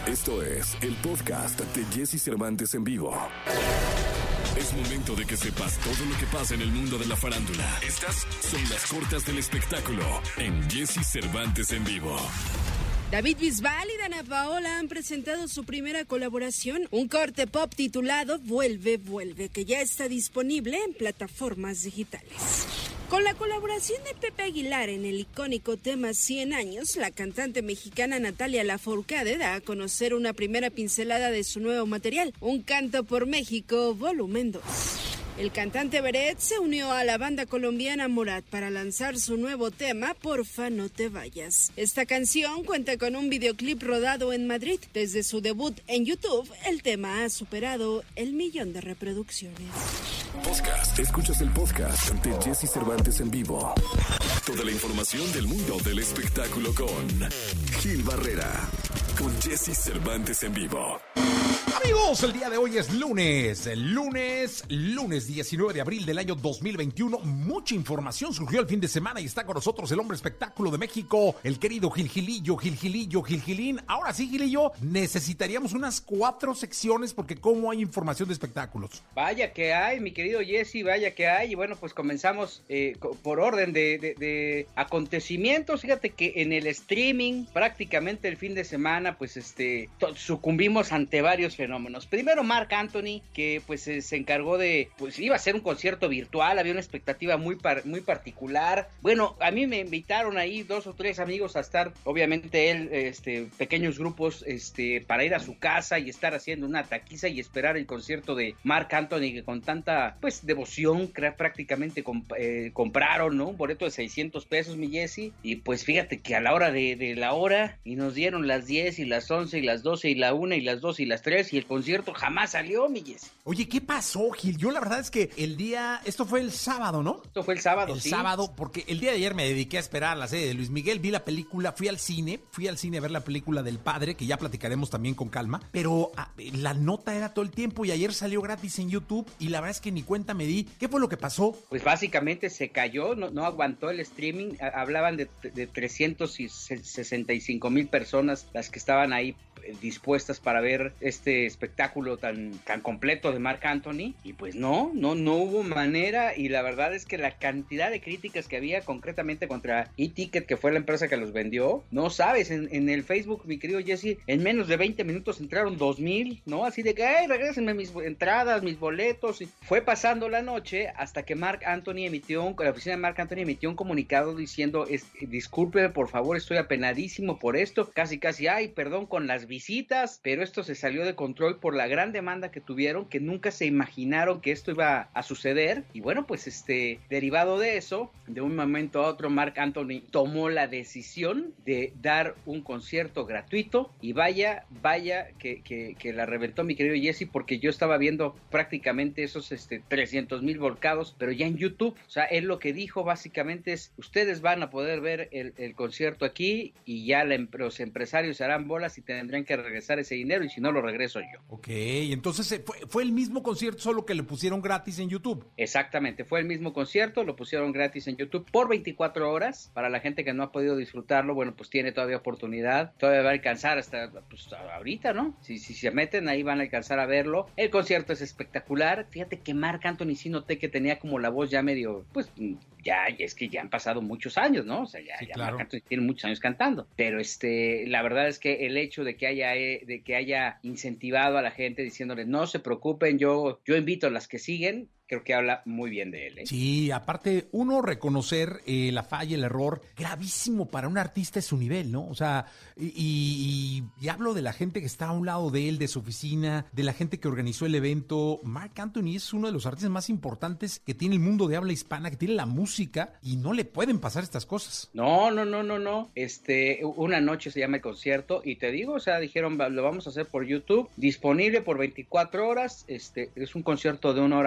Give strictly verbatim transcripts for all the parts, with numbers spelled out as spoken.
Esto es el podcast de Jesse Cervantes en vivo. Es momento de que sepas todo lo que pasa en el mundo de la farándula. Estas son las cortas del espectáculo en Jesse Cervantes en vivo. David Bisbal y Dana Paola han presentado su primera colaboración, un corte pop titulado Vuelve, Vuelve, que ya está disponible en plataformas digitales. Con la colaboración de Pepe Aguilar en el icónico tema cien años, la cantante mexicana Natalia Lafourcade da a conocer una primera pincelada de su nuevo material, Un canto por México, volumen dos. El cantante Beret se unió a la banda colombiana Morat para lanzar su nuevo tema, Porfa no te vayas. Esta canción cuenta con un videoclip rodado en Madrid. Desde su debut en YouTube, el tema ha superado el millón de reproducciones. Podcast. Escuchas el podcast de Jesse Cervantes en vivo. Toda la información del mundo del espectáculo con Gil Barrera. Con Jesse Cervantes en vivo. Amigos, el día de hoy es lunes, el lunes, lunes diecinueve de abril del año dos mil veintiuno. Mucha información surgió el fin de semana y está con nosotros el hombre espectáculo de México, el querido Gil Gilillo, Gil Gilillo, Gil Gilín. Ahora sí, Gilillo, necesitaríamos unas cuatro secciones porque cómo hay información de espectáculos. Vaya que hay, mi querido Jesse, vaya que hay. Y bueno, pues comenzamos eh, por orden de, de, de acontecimientos. Fíjate que en el streaming, prácticamente el fin de semana, pues este sucumbimos ante varios fenómenos. Primero Marc Anthony, que pues se, se encargó de, pues iba a ser un concierto virtual, había una expectativa muy, par, muy particular. Bueno, a mí me invitaron ahí dos o tres amigos a estar, obviamente él, este, pequeños grupos, este, para ir a su casa y estar haciendo una taquiza y esperar el concierto de Marc Anthony, que con tanta, pues, devoción, prácticamente comp eh, compraron, ¿no? Un boleto de seiscientos pesos, mi Jesse, y pues fíjate que a la hora de, de la hora, y nos dieron las diez y las once y las doce y la una y las dos y las tres, y el concierto jamás salió, mi Jesse. Oye, ¿qué pasó, Gil? Yo la verdad es que el día, esto fue el sábado, ¿no? Esto fue el sábado, El sí. sábado, porque el día de ayer me dediqué a esperar la serie de Luis Miguel, vi la película, fui al cine, fui al cine a ver la película del Padre, que ya platicaremos también con calma, pero ah, la nota era todo el tiempo y ayer salió gratis en YouTube y la verdad es que ni cuenta me di. ¿Qué fue lo que pasó? Pues básicamente se cayó, no, no aguantó el streaming, hablaban de, de trescientos sesenta y cinco mil personas las que estaban ahí dispuestas para ver este espectáculo tan, tan completo de Marc Anthony, y pues no, no, no hubo manera, y la verdad es que la cantidad de críticas que había concretamente contra eTicket, que fue la empresa que los vendió, no sabes, en, en el Facebook, mi querido Jesse, en menos de veinte minutos entraron dos mil, ¿no? Así de que, ay, regrésenme mis entradas, mis boletos, y fue pasando la noche hasta que Marc Anthony emitió, un, la oficina de Marc Anthony emitió un comunicado diciendo, es, discúlpeme, por favor, estoy apenadísimo por esto, casi casi, ay, perdón con las visitas, pero esto se salió de control por la gran demanda que tuvieron, que nunca se imaginaron que esto iba a suceder, y bueno, pues este, derivado de eso, de un momento a otro, Marc Anthony tomó la decisión de dar un concierto gratuito, y vaya, vaya, que, que, que la reventó mi querido Jesse, porque yo estaba viendo prácticamente esos este, trescientos mil volcados, pero ya en YouTube, o sea, él lo que dijo básicamente es, ustedes van a poder ver el, el concierto aquí, y ya la, los empresarios se harán bolas y tendrán que regresar ese dinero, y si no lo regreso yo. Ok, entonces fue, fue el mismo concierto, solo que le pusieron gratis en YouTube. Exactamente, fue el mismo concierto, lo pusieron gratis en YouTube por veinticuatro horas, para la gente que no ha podido disfrutarlo, bueno, pues tiene todavía oportunidad, todavía va a alcanzar hasta, pues ahorita, ¿no? Si, si se meten ahí van a alcanzar a verlo. El concierto es espectacular, fíjate que Marc Anthony sí noté que tenía como la voz ya medio, pues ya, es que ya han pasado muchos años, ¿no? O sea, ya, sí, ya claro. Marc Anthony tiene muchos años cantando, pero este, la verdad es que el hecho de que haya, de que haya incentivado a la gente diciéndole, no se preocupen, yo, yo invito a las que siguen, creo que habla muy bien de él, ¿eh? Sí, aparte, uno reconocer eh, la falla, el error, gravísimo para un artista es su nivel, ¿no? O sea, y, y, y hablo de la gente que está a un lado de él, de su oficina, de la gente que organizó el evento. Marc Anthony es uno de los artistas más importantes que tiene el mundo de habla hispana, que tiene la música, y no le pueden pasar estas cosas. No, no, no, no, no. Este, una noche se llama el concierto, y te digo, o sea, dijeron, lo vamos a hacer por YouTube, disponible por veinticuatro horas, este, es un concierto de una hora veinte,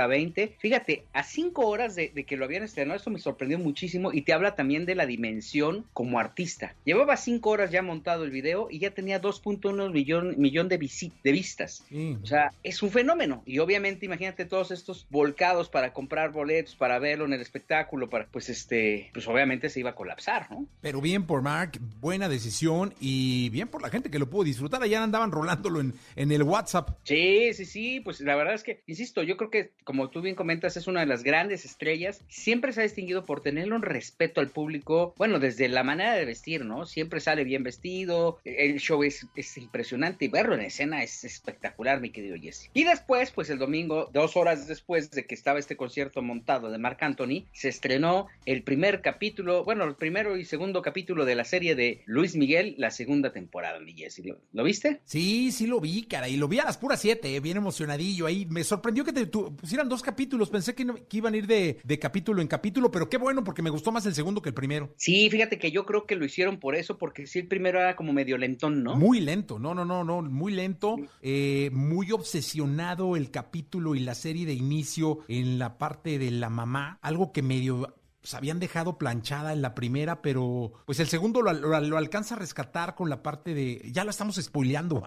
fue, fíjate, a cinco horas de, de que lo habían estrenado, esto me sorprendió muchísimo y te habla también de la dimensión como artista. Llevaba cinco horas ya montado el video y ya tenía dos punto uno millón, millón de, visi- de vistas. Sí. O sea, es un fenómeno. Y obviamente, imagínate todos estos volcados para comprar boletos, para verlo en el espectáculo, para, pues este, pues obviamente se iba a colapsar, ¿no? Pero bien por Mark, buena decisión y bien por la gente que lo pudo disfrutar. Allá andaban rolándolo en, en el WhatsApp. Sí, sí, sí, pues la verdad es que, insisto, yo creo que, como tú bien comentas, es una de las grandes estrellas. Siempre se ha distinguido por tenerle un respeto al público, bueno, desde la manera de vestir, ¿no? Siempre sale bien vestido, el show es, es impresionante y verlo en escena es espectacular, mi querido Jesse. Y después, pues el domingo, dos horas después de que estaba este concierto montado de Marc Anthony, se estrenó el primer capítulo, bueno, el primero y segundo capítulo de la serie de Luis Miguel, la segunda temporada, mi Jesse. ¿Lo, ¿lo viste? Sí, sí lo vi, cara, y lo vi a las puras siete, eh, bien emocionadillo ahí. Me sorprendió que te tu, pusieran dos capítulos, pensé que, no, que iban a ir de, de capítulo en capítulo, pero qué bueno, porque me gustó más el segundo que el primero. Sí, fíjate que yo creo que lo hicieron por eso, porque sí, el primero era como medio lentón, ¿no? Muy lento, no, no, no, no, muy lento, eh, muy obsesionado el capítulo y la serie de inicio en la parte de la mamá, algo que medio pues, habían dejado planchada en la primera, pero pues el segundo lo, lo, lo alcanza a rescatar con la parte de, ya lo estamos spoileando.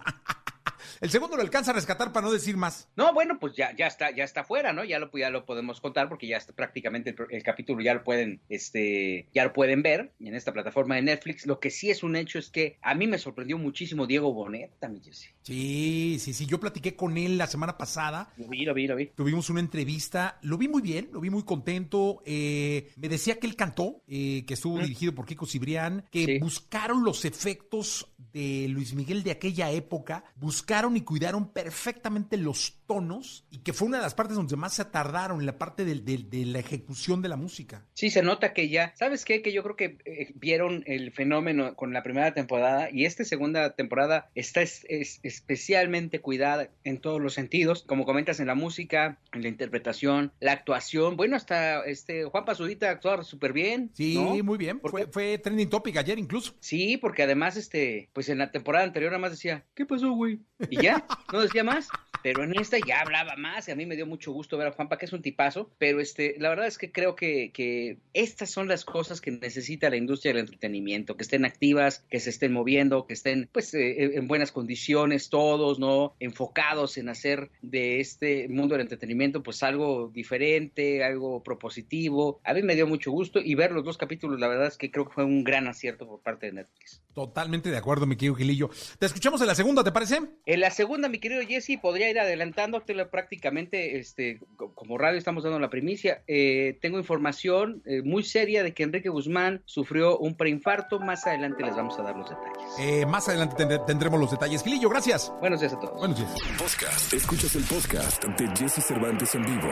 El segundo lo alcanza a rescatar para no decir más. No, bueno, pues ya, ya está, ya está fuera, ¿no? Ya lo, ya lo podemos contar porque ya está prácticamente el, el capítulo ya lo pueden, este, ya lo pueden ver en esta plataforma de Netflix. Lo que sí es un hecho es que a mí me sorprendió muchísimo Diego Boneta, mi Jesse. Sí, sí, sí. Yo platiqué con él la semana pasada. Lo vi, lo vi, lo vi. Tuvimos una entrevista. Lo vi muy bien, lo vi muy contento. Eh, me decía que él cantó, eh, que estuvo ¿Mm? dirigido por Kiko Cibrián, que sí. buscaron los efectos de Luis Miguel de aquella época, buscaron y cuidaron perfectamente los tonos y que fue una de las partes donde más se tardaron en la parte de, de, de la ejecución de la música. Sí, se nota que ya, ¿sabes qué? Que yo creo que eh, vieron el fenómeno con la primera temporada y esta segunda temporada está es, es especialmente cuidada en todos los sentidos, como comentas, en la música, en la interpretación, la actuación, bueno, hasta este Juan Pazurita actuó súper bien. Sí, ¿no? muy bien, fue, fue trending topic ayer incluso. Sí, porque además, este, pues en la temporada anterior nada más decía, ¿qué pasó, güey? Y ya, no decía más, pero en esta ya hablaba más y a mí me dio mucho gusto ver a Juanpa, que es un tipazo, pero este, la verdad es que creo que, que estas son las cosas que necesita la industria del entretenimiento, que estén activas, que se estén moviendo, que estén pues eh, en buenas condiciones todos, ¿no? Enfocados en hacer de este mundo del entretenimiento pues algo diferente, algo propositivo. A mí me dio mucho gusto y ver los dos capítulos, la verdad es que creo que fue un gran acierto por parte de Netflix. Totalmente de acuerdo, mi querido Gilillo. Te escuchamos en la segunda, ¿te parece? En la segunda, mi querido Jesse, podría ir adelantándotela prácticamente, este, como radio estamos dando la primicia. Eh, tengo información eh, muy seria de que Enrique Guzmán sufrió un preinfarto. Más adelante les vamos a dar los detalles. Eh, más adelante tend- tendremos los detalles. Gilillo, gracias. Buenos días a todos. Buenos días. Podcast. Escuchas el podcast de Jesse Cervantes en vivo.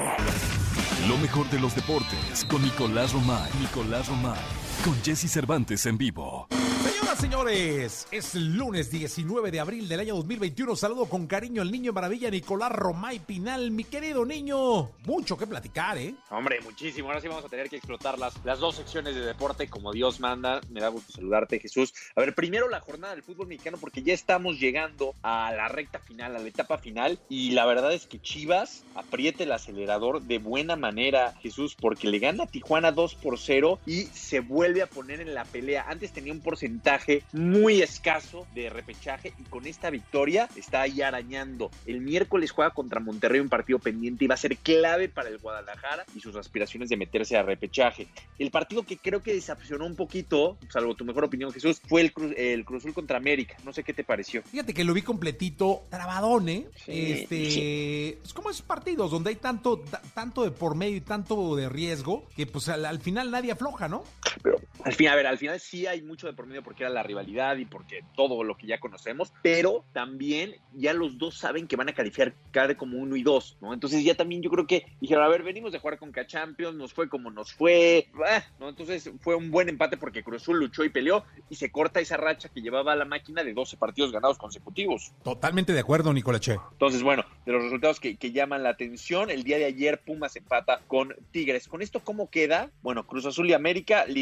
Lo mejor de los deportes con Nicolás Romay. Nicolás Romay. Con Jesse Cervantes en vivo. Señoras, señores, es lunes diecinueve de abril del año dos mil veintiuno. Saludo con cariño al niño maravilla Nicolás Romay Pinal. Mi querido niño, mucho que platicar, ¿eh? Hombre, muchísimo. Ahora sí vamos a tener que explotar las, las dos secciones de deporte como Dios manda. Me da gusto saludarte, Jesús. A ver, primero la jornada del fútbol mexicano, porque ya estamos llegando a la recta final, a la etapa final. Y la verdad es que Chivas apriete el acelerador de buena manera, Jesús, porque le gana a Tijuana dos por cero y se vuelve a poner en la pelea. Antes tenía un porcentaje muy escaso de repechaje y con esta victoria está ahí arañando. El miércoles juega contra Monterrey, un partido pendiente y va a ser clave para el Guadalajara y sus aspiraciones de meterse a repechaje. El partido que creo que decepcionó un poquito, salvo tu mejor opinión, Jesús, fue el, Cruz, el Cruz Azul contra América. No sé qué te pareció. Fíjate que lo vi completito, trabadón, ¿eh? Sí, este, sí. Es como esos partidos donde hay tanto, t- tanto de por medio y tanto de riesgo que pues al, al final nadie afloja, ¿no? Pero al final, a ver, al final sí hay mucho de por medio porque era la rivalidad y porque todo lo que ya conocemos, pero también ya los dos saben que van a calificar como uno y dos, ¿no? Entonces ya también yo creo que dijeron, a ver, venimos de jugar con Conca Champions, nos fue como nos fue, ¿no? Entonces fue un buen empate porque Cruz Azul luchó y peleó y se corta esa racha que llevaba la máquina de doce partidos ganados consecutivos. Totalmente de acuerdo, Nicolache. Entonces, bueno, de los resultados que, que llaman la atención, el día de ayer Pumas empata con Tigres. Con esto, ¿cómo queda? Bueno, Cruz Azul y América líderes.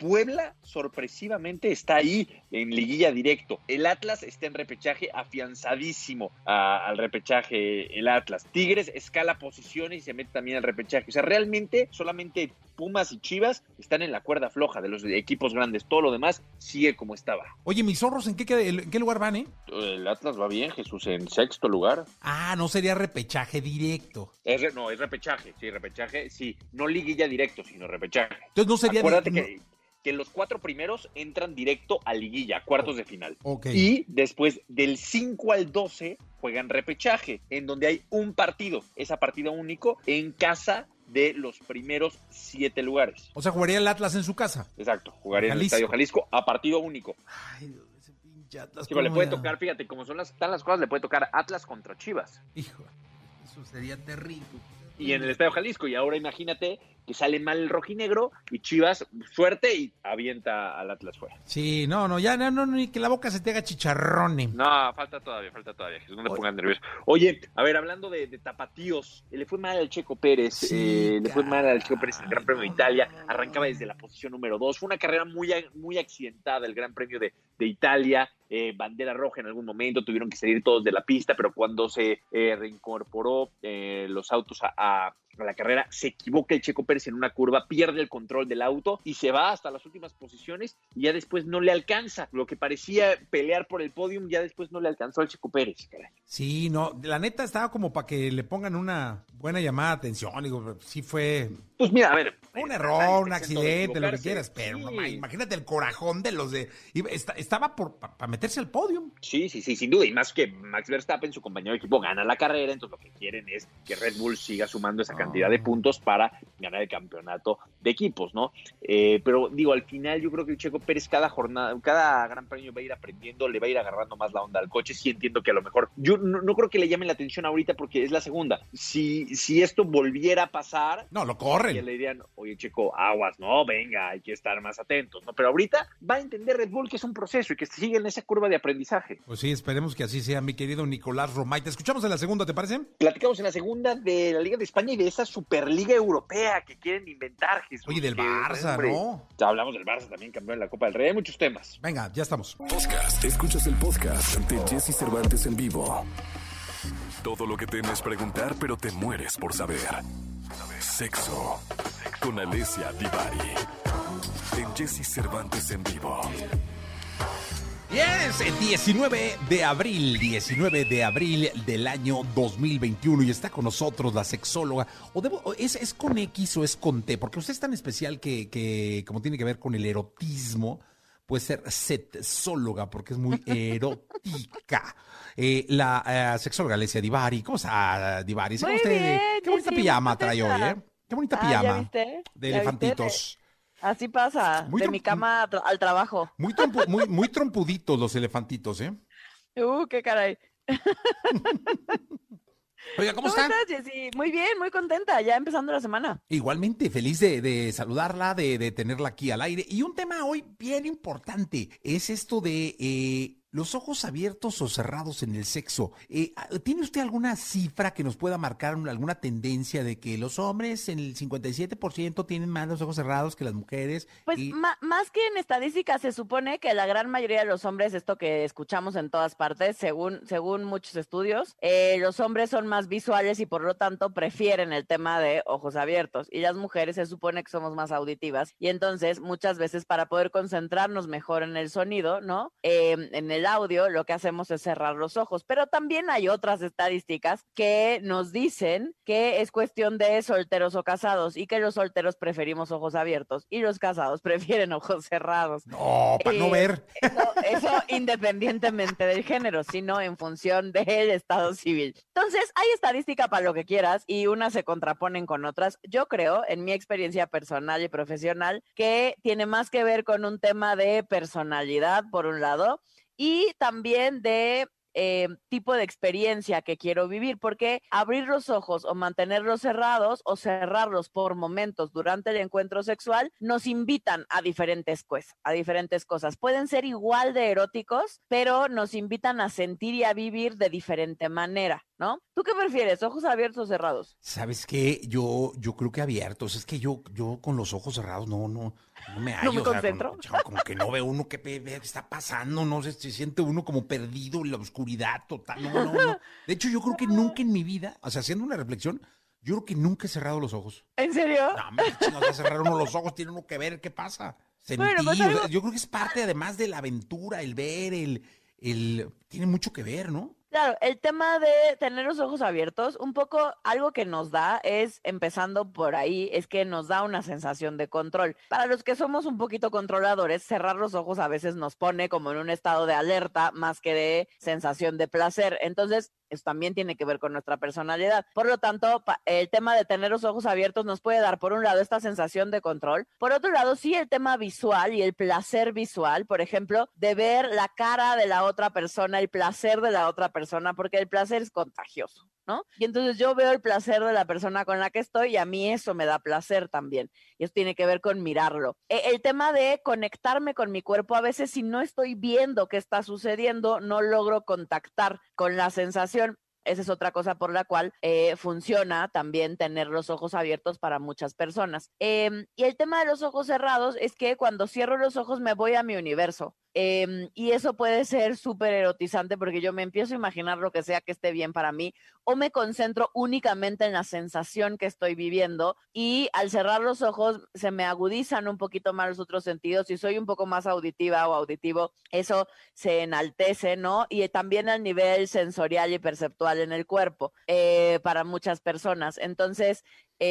Puebla, sorpresivamente, está ahí en liguilla directo. El Atlas está en repechaje, afianzadísimo a, al repechaje el Atlas. Tigres escala posiciones y se mete también al repechaje. O sea, realmente solamente Pumas y Chivas están en la cuerda floja de los equipos grandes. Todo lo demás sigue como estaba. Oye, mis zorros, ¿en qué, en qué lugar van, eh? El Atlas va bien, Jesús, en sexto lugar. Ah, no sería repechaje directo. Es, no, es repechaje, sí, repechaje, sí. No liguilla directo, sino repechaje. Entonces no sería... Acuérdate de... que... que los cuatro primeros entran directo a liguilla, cuartos de final. Okay. Y después del cinco al doce juegan repechaje, en donde hay un partido, esa partido único, en casa de los primeros siete lugares. O sea, jugaría el Atlas en su casa. Exacto, jugaría Jalisco. en el Estadio Jalisco a partido único. Ay, Dios, ese pinche Atlas. Sí, le puede tocar, fíjate, como son las, están las cosas, le puede tocar Atlas contra Chivas. Hijo, eso sería terrible. Y en el Estadio Jalisco, y ahora imagínate que sale mal el rojinegro y Chivas, suerte, y avienta al Atlas fuera. Sí, no, no, ya no, no, ni que la boca se te haga chicharrone. No, falta todavía, falta todavía, no te pongan nervioso. Oye, a ver, hablando de, de tapatíos, le fue mal al Checo Pérez, Sí, eh, le fue mal al Checo Pérez en el Gran Premio de Italia, arrancaba desde la posición número dos, fue una carrera muy, muy accidentada el Gran Premio de, de Italia, eh, bandera roja en algún momento, tuvieron que salir todos de la pista, pero cuando se eh, reincorporó eh, los autos a, a, a la carrera, se equivoca el Checo Pérez en una curva, pierde el control del auto y se va hasta las últimas posiciones y ya después no le alcanza. Lo que parecía pelear por el podium, ya después no le alcanzó al Checo Pérez, caray. Sí, no, la neta estaba como para que le pongan una buena llamada de atención, digo, sí fue... Pues mira, a ver... Un error, un accidente, lo que quieras, pero sí. mamá, imagínate el corajón de los de... Estaba por para meterse al podium. Sí, sí, sí, sin duda, y más que Max Verstappen, su compañero de equipo, gana la carrera, entonces lo que quieren es que Red Bull siga sumando esa cantidad oh. de puntos para ganar el campeonato de equipos, ¿no? Eh, pero digo, al final yo creo que el Checo Pérez cada jornada, cada gran premio va a ir aprendiendo, le va a ir agarrando más la onda al coche. Sí entiendo que a lo mejor, yo no, no creo que le llamen la atención ahorita porque es la segunda. Si, si esto volviera a pasar... No, lo corren. Ya le dirían, oye Checo, aguas, no, venga, hay que estar más atentos, ¿no? Pero ahorita va a entender Red Bull que es un proceso y que sigue en esa curva de aprendizaje. Pues sí, esperemos que así sea, mi querido Nicolás Romay. Te escuchamos en la segunda, ¿te parece? Platicamos en la segunda de la Liga de España y de esa Superliga Europea que quieren inventar, Jesús. Oye, del que, Barça, hombre, ¿no? Ya hablamos del Barça también, campeón de la Copa del Rey, hay muchos temas. Venga, ya estamos. Podcast. Escuchas el podcast de Jesse Cervantes en vivo. Todo lo que temes preguntar, pero te mueres por saber. Sexo con Alessia Divari en Jesse Cervantes en vivo. Yes, el diecinueve de abril, diecinueve de abril del año dos mil veintiuno y está con nosotros la sexóloga, o debo, ¿es, es con X o es con T? Porque usted es tan especial que, que como tiene que ver con el erotismo, puede ser sexóloga porque es muy erótica. Eh, la uh, sexóloga Alessia Divari, ¿cómo está Divari? Muy usted? bien, Qué bonita sí, pijama contenta. trae hoy, ¿eh? Qué bonita Ah, pijama. ¿ya viste? De ¿Ya elefantitos. viste? Así pasa, Muy de trom- mi cama a tra- al trabajo. Muy, trompu- muy, muy trompuditos los elefantitos, ¿eh? Uh, qué caray. Oiga, ¿cómo, ¿Cómo está? estás, Jessy? Muy bien, muy contenta, ya empezando la semana. Igualmente, feliz de, de saludarla, de, de tenerla aquí al aire. Y un tema hoy bien importante es esto de eh, los ojos abiertos o cerrados en el sexo. Eh, ¿Tiene usted alguna cifra que nos pueda marcar alguna tendencia de que los hombres en el cincuenta y siete por ciento tienen más los ojos cerrados que las mujeres? Pues y... ma- más que en estadística, se supone que la gran mayoría de los hombres, esto que escuchamos en todas partes, según, según muchos estudios, eh, los hombres son más visuales y por lo tanto prefieren el tema de ojos abiertos. Y las mujeres se supone que somos más auditivas. Y entonces, muchas veces para poder concentrarnos mejor en el sonido, ¿no? Eh, en el audio, lo que hacemos es cerrar los ojos. Pero también hay otras estadísticas que nos dicen que es cuestión de solteros o casados y que los solteros preferimos ojos abiertos y los casados prefieren ojos cerrados. No, para Eh, no ver. Eso, eso independientemente del género, sino en función del estado civil. Entonces, hay estadística para lo que quieras y unas se contraponen con otras. Yo creo, en mi experiencia personal y profesional, que tiene más que ver con un tema de personalidad, por un lado, y también de eh, tipo de experiencia que quiero vivir, porque abrir los ojos o mantenerlos cerrados o cerrarlos por momentos durante el encuentro sexual nos invitan a diferentes, pues, a diferentes cosas. Pueden ser igual de eróticos, pero nos invitan a sentir y a vivir de diferente manera. ¿no? ¿Tú qué prefieres, ojos abiertos o cerrados? ¿Sabes qué? Yo, yo creo que abiertos. Es que yo, yo con los ojos cerrados no, no, no me hallo. ¿No me o sea, concentro? como, chavo, como que no ve uno qué, pe- qué está pasando, no sé, se siente uno como perdido en la oscuridad total. No, no, no. De hecho, yo creo que nunca en mi vida, o sea, haciendo una reflexión, yo creo que nunca he cerrado los ojos. ¿En serio? No, me chingados, ya cerrar uno los ojos, tiene uno que ver qué pasa. Sentir, Bueno, pues o algo- sea, yo creo que es parte además de la aventura, el ver, el, el, tiene mucho que ver, ¿no? Claro, el tema de tener los ojos abiertos, un poco algo que nos da es, empezando por ahí, es que nos da una sensación de control. Para los que somos un poquito controladores, cerrar los ojos a veces nos pone como en un estado de alerta más que de sensación de placer. Entonces, eso también tiene que ver con nuestra personalidad. Por lo tanto, pa- el tema de tener los ojos abiertos nos puede dar, por un lado, esta sensación de control. Por otro lado, sí, el tema visual y el placer visual, por ejemplo, de ver la cara de la otra persona, el placer de la otra persona, porque el placer es contagioso, ¿no? Y entonces yo veo el placer de la persona con la que estoy y a mí eso me da placer también. Y eso tiene que ver con mirarlo. E- El tema de conectarme con mi cuerpo, a veces si no estoy viendo qué está sucediendo, no logro contactar con la sensación. Esa es otra cosa por la cual eh, funciona también tener los ojos abiertos para muchas personas. Em, y el tema de los ojos cerrados es que cuando cierro los ojos me voy a mi universo. Em, y eso puede ser súper erotizante porque yo me empiezo a imaginar lo que sea que esté bien para mí o me concentro únicamente en la sensación que estoy viviendo y al cerrar los ojos se me agudizan un poquito más los otros sentidos. Si soy un poco más auditiva o auditivo, eso se enaltece, ¿no? Y también al nivel sensorial y perceptual en el cuerpo eh, para muchas personas. Entonces,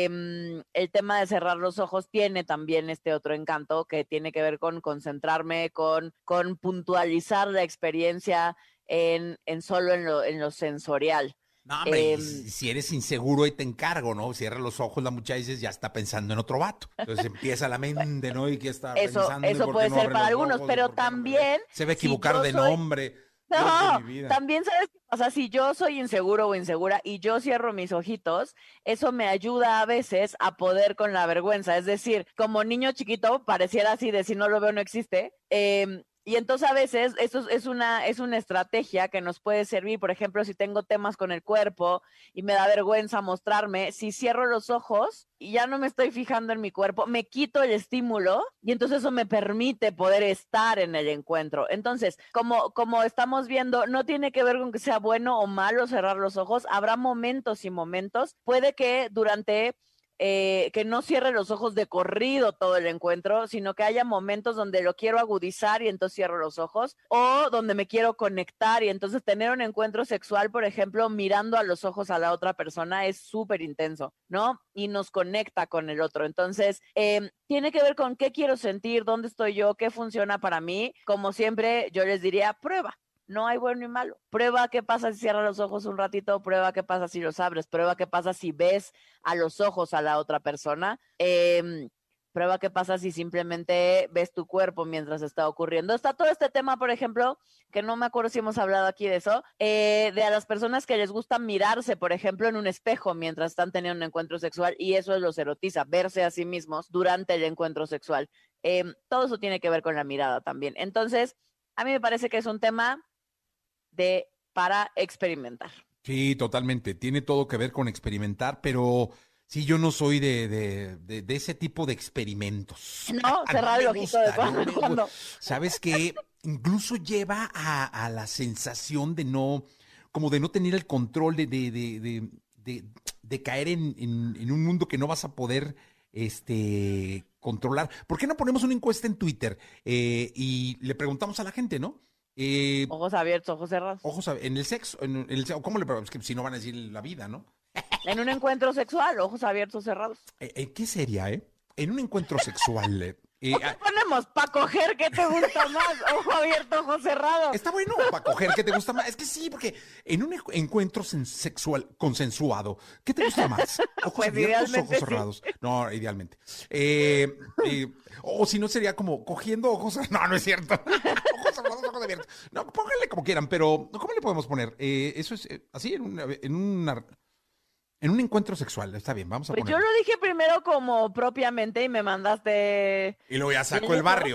eh, el tema de cerrar los ojos tiene también este otro encanto que tiene que ver con concentrarme, con, con puntualizar la experiencia en, en solo en lo, en lo sensorial. No, hombre, Em, y si si eres inseguro y te encargo, ¿no? Cierra los ojos la muchacha y dices, ya está pensando en otro vato. Entonces empieza la mente, ¿no? Y que está Eso, pensando. ¿y eso por qué puede no ser abre para los algunos, ojos? ¿Y pero por qué no me ve? también Se va a si equivocar yo de soy- nombre. Dios de No, mi vida. también sabes qué pasa, si yo soy inseguro o insegura y yo cierro mis ojitos, eso me ayuda a veces a poder con la vergüenza, es decir, como niño chiquito, pareciera así de si no lo veo no existe, eh, y entonces a veces eso es una, es una estrategia que nos puede servir, por ejemplo, si tengo temas con el cuerpo y me da vergüenza mostrarme, si cierro los ojos y ya no me estoy fijando en mi cuerpo, me quito el estímulo y entonces eso me permite poder estar en el encuentro. Entonces, como, como estamos viendo, no tiene que ver con que sea bueno o malo cerrar los ojos, habrá momentos y momentos, puede que durante... Eh, que no cierre los ojos de corrido todo el encuentro, sino que haya momentos donde lo quiero agudizar y entonces cierro los ojos, o donde me quiero conectar y entonces tener un encuentro sexual, por ejemplo, mirando a los ojos a la otra persona es súper intenso, ¿no? Y nos conecta con el otro. Entonces, eh, tiene que ver con qué quiero sentir, dónde estoy yo, qué funciona para mí. Como siempre, yo les diría, prueba. No hay bueno ni malo. Prueba qué pasa si cierras los ojos un ratito, prueba qué pasa si los abres, prueba qué pasa si ves a los ojos a la otra persona, eh, prueba qué pasa si simplemente ves tu cuerpo mientras está ocurriendo. Está todo este tema, por ejemplo, que no me acuerdo si hemos hablado aquí de eso, eh, de a las personas que les gusta mirarse, por ejemplo, en un espejo mientras están teniendo un encuentro sexual y eso los erotiza, verse a sí mismos durante el encuentro sexual. Eh, todo eso tiene que ver con la mirada también. Entonces, a mí me parece que es un tema de para experimentar. Sí, totalmente. Tiene todo que ver con experimentar, pero sí, yo no soy de, de, de, de ese tipo de experimentos. No, cerrar No el me ojito gusta, de cuando no en me cuando. gusta. ¿Sabes qué? Incluso lleva a, a la sensación de no, como de no tener el control, de, de, de, de, de, de caer en, en, en un mundo que no vas a poder este, controlar. ¿Por qué no ponemos una encuesta en Twitter eh, y le preguntamos a la gente, ¿no? Eh, Ojos abiertos, ojos cerrados. ojos a- en el sexo, en el sexo, ¿cómo le preguntamos? Que si no van a decir la vida, ¿no? En un encuentro sexual, ojos abiertos, cerrados. Eh, eh, ¿Qué sería, eh? En un encuentro sexual. eh, eh, ¿Qué ah, ponemos? ¿Para coger qué te gusta más? Ojo abierto, ojos cerrados. está bueno para coger, ¿qué te gusta más? Es que sí, porque en un encu- encuentro sen- sexual consensuado, ¿qué te gusta más? ¿Ojos Pues abiertos o idealmente ojos sí. cerrados? No, idealmente. Eh, eh, o si no sería como cogiendo ojos. No, no es cierto. Ojos cerrados, ojos abiertos. No, pónganle como quieran, pero ¿cómo le podemos poner? Eh, eso es eh, así en una, en una en un encuentro sexual. Está bien, vamos a Pues poner. yo lo dije primero como propiamente y me mandaste. Y luego ya saco ¿Tienes el barrio.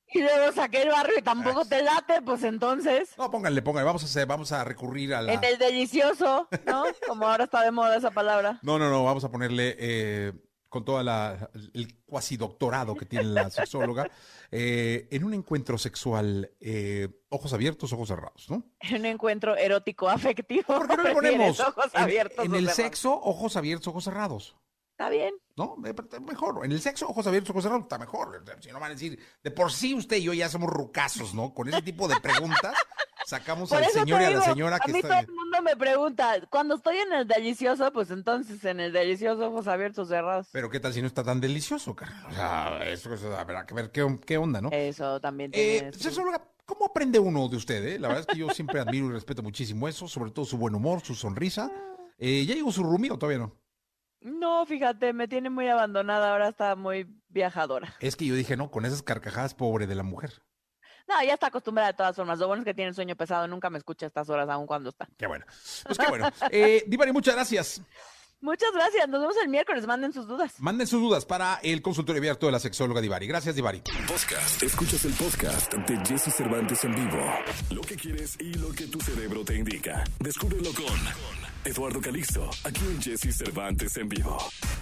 Y luego saqué el barrio y tampoco Ay. te late, pues entonces. No, pónganle, pónganle. Vamos a hacer, vamos a recurrir a la. En el delicioso, ¿no? Como ahora está de moda esa palabra. No, no, no, vamos a ponerle eh, con toda la el cuasi doctorado que tiene la sexóloga, eh, en un encuentro sexual, eh, ojos abiertos, ojos cerrados, ¿no? En un encuentro erótico afectivo. ¿Por qué no le prefieres ponemos ojos en, abiertos en o el cerrados? sexo, ojos abiertos, ojos cerrados? Está bien. ¿No? Eh, Mejor. En el sexo, ojos abiertos, ojos cerrados, está mejor. Si no van a decir, de por sí usted y yo ya somos rucazos, ¿no? Con ese tipo de preguntas sacamos Por al eso señor te y a la digo, señora que a mí está. todo el mundo me pregunta, cuando estoy en el delicioso, pues entonces en el delicioso ojos abiertos, cerrados. Pero qué tal si no está tan delicioso, cara. O sea, eso, eso habrá que ver qué, qué onda, ¿no? Eso también Eh, tiene... su- sexóloga, ¿cómo aprende uno de usted? Eh? La verdad es que yo siempre admiro y respeto muchísimo eso, sobre todo su buen humor, su sonrisa. Eh, ¿Ya llegó su roomie o todavía no? No, fíjate, me tiene muy abandonada, ahora está muy viajadora. Es que yo dije, no, con esas carcajadas, pobre de la mujer. No, ya está acostumbrada de todas formas. Lo bueno es que tiene el sueño pesado, nunca me escucha a estas horas, aun cuando está. Qué bueno. Pues qué bueno. Eh, Divari, muchas gracias. Muchas gracias, nos vemos el miércoles, manden sus dudas. Manden sus dudas para el consultorio abierto de la sexóloga Divari. Gracias, Divari. Podcast. Escuchas el podcast de Jesse Cervantes en vivo. Lo que quieres y lo que tu cerebro te indica. Descúbrelo con Eduardo Calixto, aquí en Jesse Cervantes en vivo.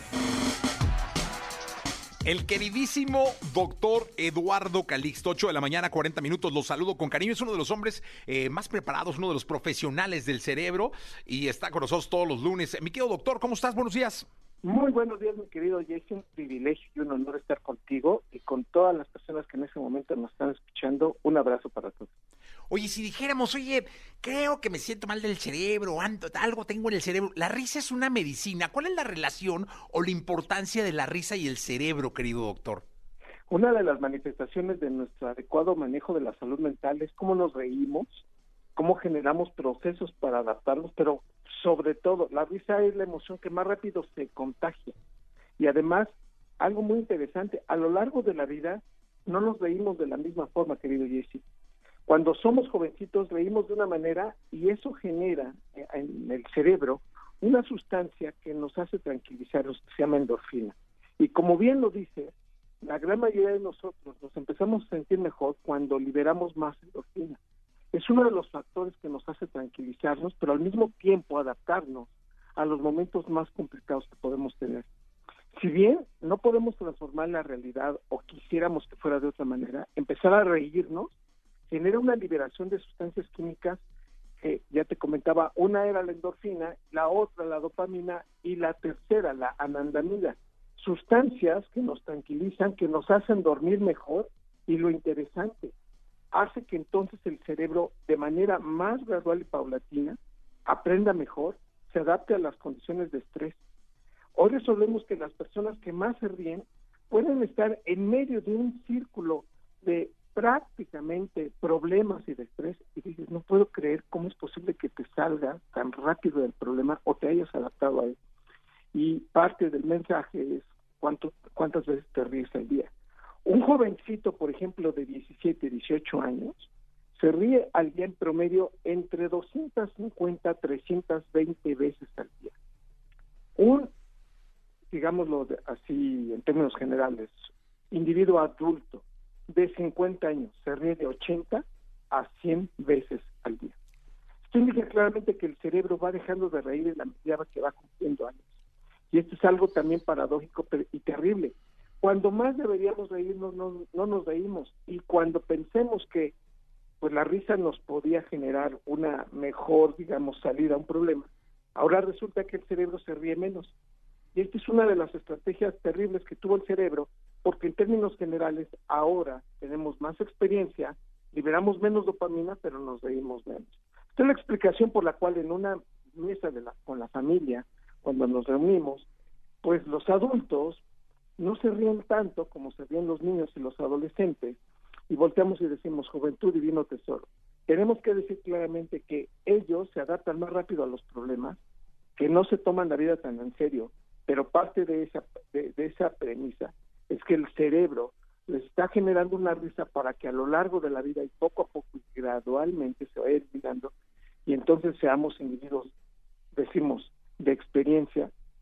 El queridísimo doctor Eduardo Calixto, ocho de la mañana, cuarenta minutos, los saludo con cariño. Es uno de los hombres eh, más preparados, uno de los profesionales del cerebro y está con nosotros todos los lunes. Mi querido doctor, ¿cómo estás? Buenos días. Muy buenos días, mi querido Jesse. Un privilegio y un honor estar contigo y con todas las personas que en ese momento nos están escuchando. Un abrazo para todos. Oye, si dijéramos, oye, creo que me siento mal del cerebro, ando, algo tengo en el cerebro. La risa es una medicina. ¿Cuál es la relación o la importancia de la risa y el cerebro, querido doctor? Una de las manifestaciones de nuestro adecuado manejo de la salud mental es cómo nos reímos, cómo generamos procesos para adaptarnos, pero sobre todo, la risa es la emoción que más rápido se contagia. Y además, algo muy interesante, a lo largo de la vida no nos reímos de la misma forma, querido Jesse. Cuando somos jovencitos reímos de una manera y eso genera en el cerebro una sustancia que nos hace tranquilizarnos, que se llama endorfina. Y como bien lo dice, la gran mayoría de nosotros nos empezamos a sentir mejor cuando liberamos más endorfina. Es uno de los factores que nos hace tranquilizarnos, pero al mismo tiempo adaptarnos a los momentos más complicados que podemos tener. Si bien no podemos transformar la realidad o quisiéramos que fuera de otra manera, empezar a reírnos genera una liberación de sustancias químicas que ya te comentaba, una era la endorfina, la otra la dopamina y la tercera la anandamida, sustancias que nos tranquilizan, que nos hacen dormir mejor y lo interesante, hace que entonces el cerebro de manera más gradual y paulatina aprenda mejor, se adapte a las condiciones de estrés. Hoy resolvemos que las personas que más se ríen pueden estar en medio de un círculo de prácticamente problemas y de estrés y dices, no puedo creer cómo es posible que te salga tan rápido del problema o te hayas adaptado a él. Y parte del mensaje es cuánto, cuántas veces te ríes al día. Un jovencito, por ejemplo, de diecisiete, dieciocho años, se ríe al día en promedio entre doscientas cincuenta, trescientas veinte veces al día. Un, digámoslo así en términos generales, individuo adulto de cincuenta años se ríe de ochenta a cien veces al día. Esto indica claramente que el cerebro va dejando de reír en la medida que va cumpliendo años. Y esto es algo también paradójico y terrible. Cuando más deberíamos reírnos, no, no nos reímos. Y cuando pensemos que pues la risa nos podía generar una mejor, digamos, salida a un problema, ahora resulta que el cerebro se ríe menos. Y esta es una de las estrategias terribles que tuvo el cerebro, porque en términos generales ahora tenemos más experiencia, liberamos menos dopamina, pero nos reímos menos. Esta es la explicación por la cual en una mesa de la, con la familia, cuando nos reunimos, pues los adultos no se ríen tanto como se ríen los niños y los adolescentes, y volteamos y decimos, juventud divino tesoro. Tenemos que decir claramente que ellos se adaptan más rápido a los problemas, que no se toman la vida tan en serio, pero parte de esa, de, de esa premisa es que el cerebro les está generando una risa para que a lo largo de la vida y poco a poco y gradualmente se vaya eliminando y entonces seamos individuos, decimos, de experiencia,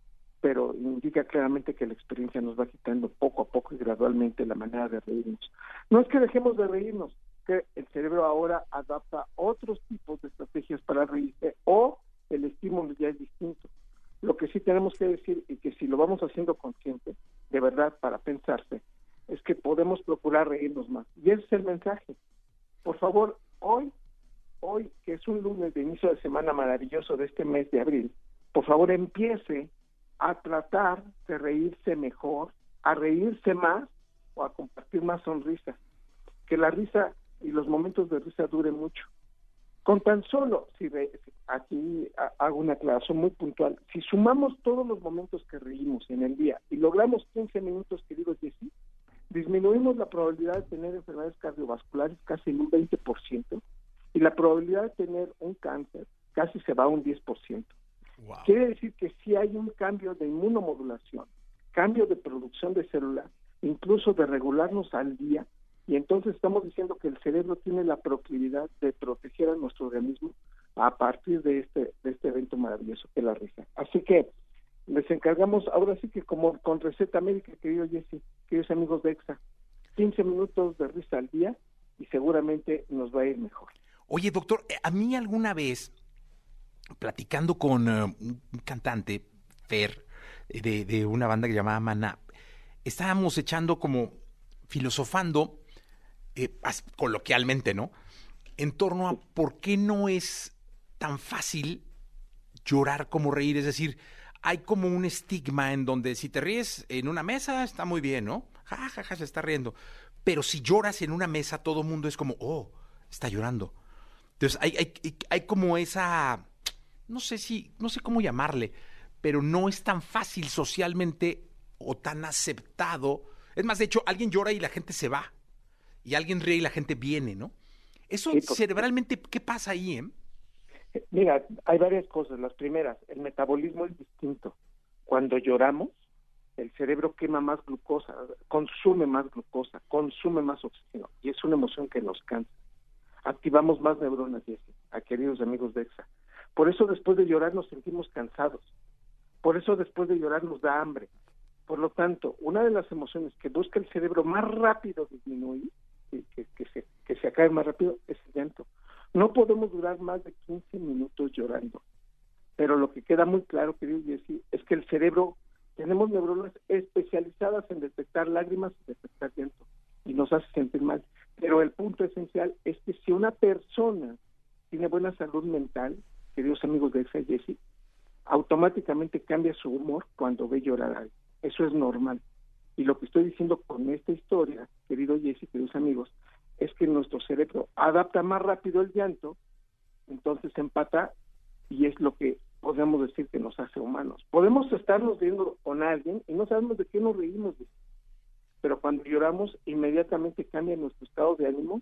pero indica claramente que la experiencia nos va quitando poco a poco y gradualmente la manera de reírnos. No es que dejemos de reírnos, que el cerebro ahora adapta otros tipos de estrategias para reírse o el estímulo ya es distinto. Lo que sí tenemos que decir, y que si lo vamos haciendo consciente, de verdad, para pensarse, es que podemos procurar reírnos más. Y ese es el mensaje. Por favor, hoy, hoy, que es un lunes de inicio de semana maravilloso de este mes de abril, por favor empiece a tratar de reírse mejor, a reírse más o a compartir más sonrisas. Que la risa y los momentos de risa duren mucho. Con tan solo, si re, aquí hago una aclaración muy puntual, si sumamos todos los momentos que reímos en el día y logramos quince minutos, queridos Jessy, disminuimos la probabilidad de tener enfermedades cardiovasculares casi en un veinte por ciento y la probabilidad de tener un cáncer casi se va a un diez por ciento. Wow. Quiere decir que sí hay un cambio de inmunomodulación, cambio de producción de células, incluso de regularnos al día, y entonces estamos diciendo que el cerebro tiene la proclividad de proteger a nuestro organismo a partir de este de este evento maravilloso que es la risa. Así que les encargamos, ahora sí que como con receta médica, querido Jessy, queridos amigos de EXA, quince minutos de risa al día y seguramente nos va a ir mejor. Oye, doctor, a mí alguna vez, platicando con uh, un cantante, Fer, de, de una banda que se llamaba Maná, estábamos echando como, filosofando, eh, coloquialmente, ¿no? En torno a por qué no es tan fácil llorar como reír, es decir, hay como un estigma en donde si te ríes en una mesa está muy bien, ¿no? Ja, ja, ja, se está riendo. Pero si lloras en una mesa, todo el mundo es como, oh, está llorando. Entonces hay, hay, hay como esa, no sé si, no sé cómo llamarle, pero no es tan fácil socialmente o tan aceptado. Es más, de hecho, alguien llora y la gente se va. Y alguien ríe y la gente viene, ¿no? Eso sí, porque cerebralmente, ¿qué pasa ahí, eh? Mira, hay varias cosas. Las primeras, el metabolismo es distinto. Cuando lloramos, el cerebro quema más glucosa, consume más glucosa, consume más oxígeno, y es una emoción que nos cansa. Activamos más neuronas, Jessy, a queridos amigos de EXA. Por eso después de llorar nos sentimos cansados. Por eso después de llorar nos da hambre. Por lo tanto, una de las emociones que busca el cerebro más rápido disminuir, que, que, se, que se acabe más rápido, es el llanto. No podemos durar más de quince minutos llorando. Pero lo que queda muy claro, querido Jessy, es que el cerebro, tenemos neuronas especializadas en detectar lágrimas y detectar llanto, y nos hace sentir mal. Pero el punto esencial es que si una persona tiene buena salud mental, queridos amigos de EXA, Jessy, automáticamente cambia su humor cuando ve llorar a alguien. Eso es normal. Y lo que estoy diciendo con esta historia, querido Jessy, queridos amigos, es que nuestro cerebro adapta más rápido el llanto, entonces empata, y es lo que podemos decir que nos hace humanos. Podemos estarnos riendo con alguien y no sabemos de qué nos reímos, pero cuando lloramos inmediatamente cambia nuestro estado de ánimo.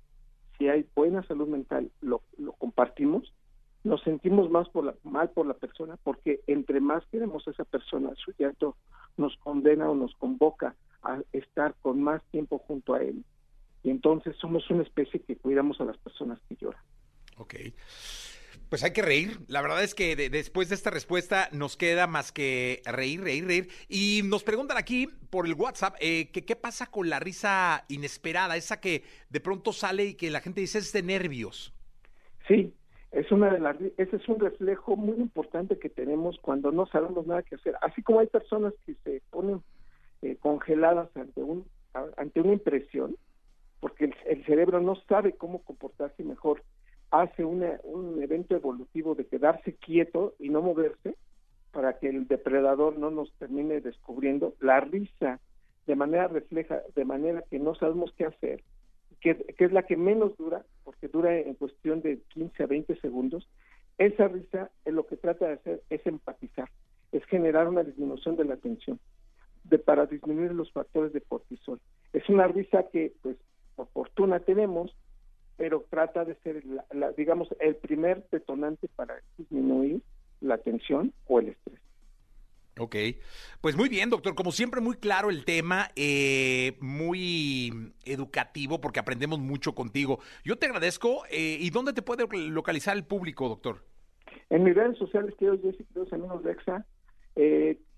Si hay buena salud mental, lo, lo compartimos, nos sentimos más por la, mal por la persona, porque entre más queremos a esa persona, su llanto nos condena o nos convoca a estar con más tiempo junto a él. Y entonces somos una especie que cuidamos a las personas que lloran. Ok. Pues hay que reír. La verdad es que de, después de esta respuesta nos queda más que reír, reír, reír. Y nos preguntan aquí por el WhatsApp eh, que qué pasa con la risa inesperada, esa que de pronto sale y que la gente dice es de nervios. Sí, es una de las, ese es un reflejo muy importante que tenemos cuando no sabemos nada que hacer. Así como hay personas que se ponen eh, congeladas ante un ante una impresión, porque el, el cerebro no sabe cómo comportarse mejor, hace una, un evento evolutivo de quedarse quieto y no moverse para que el depredador no nos termine descubriendo. La risa de manera refleja, de manera que no sabemos qué hacer, que, que es la que menos dura, porque dura en cuestión de quince a veinte segundos. Esa risa es lo que trata de hacer, es empatizar, es generar una disminución de la tensión, de, para disminuir los factores de cortisol. Es una risa que, pues, por fortuna tenemos, pero trata de ser, la, la, digamos, el primer detonante para disminuir la tensión o el estrés. Ok, pues muy bien, doctor, como siempre muy claro el tema, eh, muy educativo porque aprendemos mucho contigo. Yo te agradezco, eh, ¿y dónde te puede localizar el público, doctor? En mis redes sociales, queridos Jessy, queridos amigos de EXA, eh,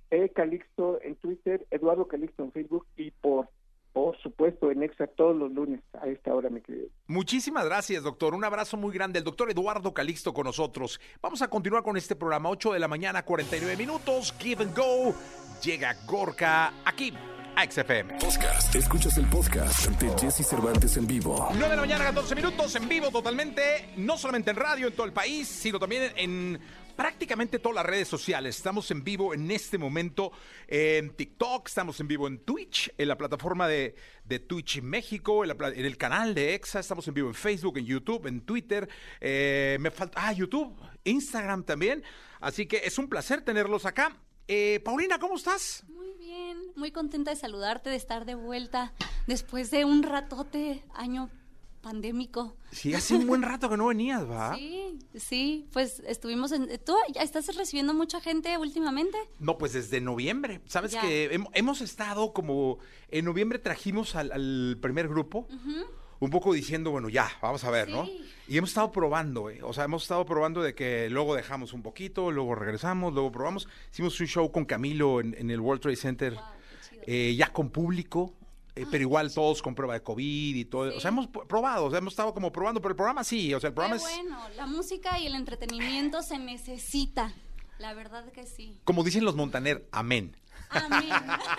E Calixto en Twitter, Eduardo Calixto en Facebook y por por supuesto en Exa todos los lunes a esta hora, mi querido. Muchísimas gracias, doctor. Un abrazo muy grande. El doctor Eduardo Calixto con nosotros. Vamos a continuar con este programa. ocho de la mañana, cuarenta y nueve minutos. Give and Go. Llega Gorka aquí a X F M. Podcast. Escuchas el podcast de Jesse Cervantes en vivo. nueve de la mañana, catorce minutos, en vivo totalmente. No solamente en radio en todo el país, sino también en prácticamente todas las redes sociales. Estamos en vivo en este momento en TikTok, estamos en vivo en Twitch, en la plataforma de, de Twitch México, en, la, en el canal de Exa, estamos en vivo en Facebook, en YouTube, en Twitter, eh, me falta, ah, YouTube, Instagram también. Así que es un placer tenerlos acá. Eh, Paulina, ¿cómo estás? Muy bien, muy contenta de saludarte, de estar de vuelta después de un ratote, año pandémico. Sí, hace un buen rato que no venías, ¿va? Sí, sí, pues estuvimos en... ¿Tú ya estás recibiendo mucha gente últimamente? No, pues desde noviembre. Sabes ya. que hem- hemos estado como... En noviembre trajimos al, al primer grupo, uh-huh. un poco diciendo, bueno, ya, vamos a ver, sí. ¿no? Y hemos estado probando, ¿eh? O sea, hemos estado probando de que luego dejamos un poquito, luego regresamos, luego probamos. Hicimos un show con Camilo en, en el World Trade Center, wow, eh, ya con público. Eh, pero igual todos con prueba de COVID y todo. Sí. O sea, hemos probado, o sea, hemos estado como probando, pero el programa sí, o sea, el programa Qué es... bueno, la música y el entretenimiento se necesita, la verdad que sí. Como dicen los Montaner, amén. Amén.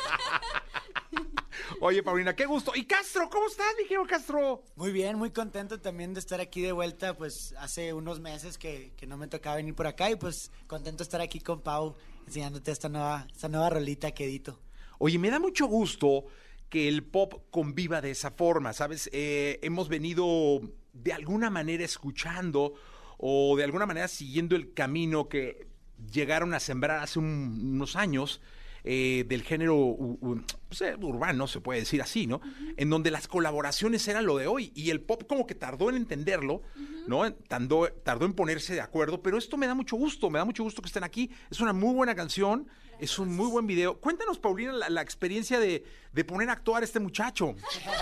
Oye, Paulina, qué gusto. Y Castro, ¿cómo estás, mi querido Castro? Muy bien, muy contento también de estar aquí de vuelta, pues hace unos meses que, que no me tocaba venir por acá y pues contento de estar aquí con Pau enseñándote esta nueva, esta nueva rolita que edito. Oye, me da mucho gusto que el pop conviva de esa forma, ¿sabes? Eh, hemos venido de alguna manera escuchando o de alguna manera siguiendo el camino que llegaron a sembrar hace un, unos años eh, del género u, u, pues, urbano, se puede decir así, ¿no? Uh-huh. En donde las colaboraciones eran lo de hoy y el pop como que tardó en entenderlo, uh-huh. ¿no? Tardó, tardó en ponerse de acuerdo, pero esto me da mucho gusto, me da mucho gusto que estén aquí. Es una muy buena canción. Es un muy buen video. Cuéntanos, Paulina, la, la experiencia de, de poner a actuar a este muchacho.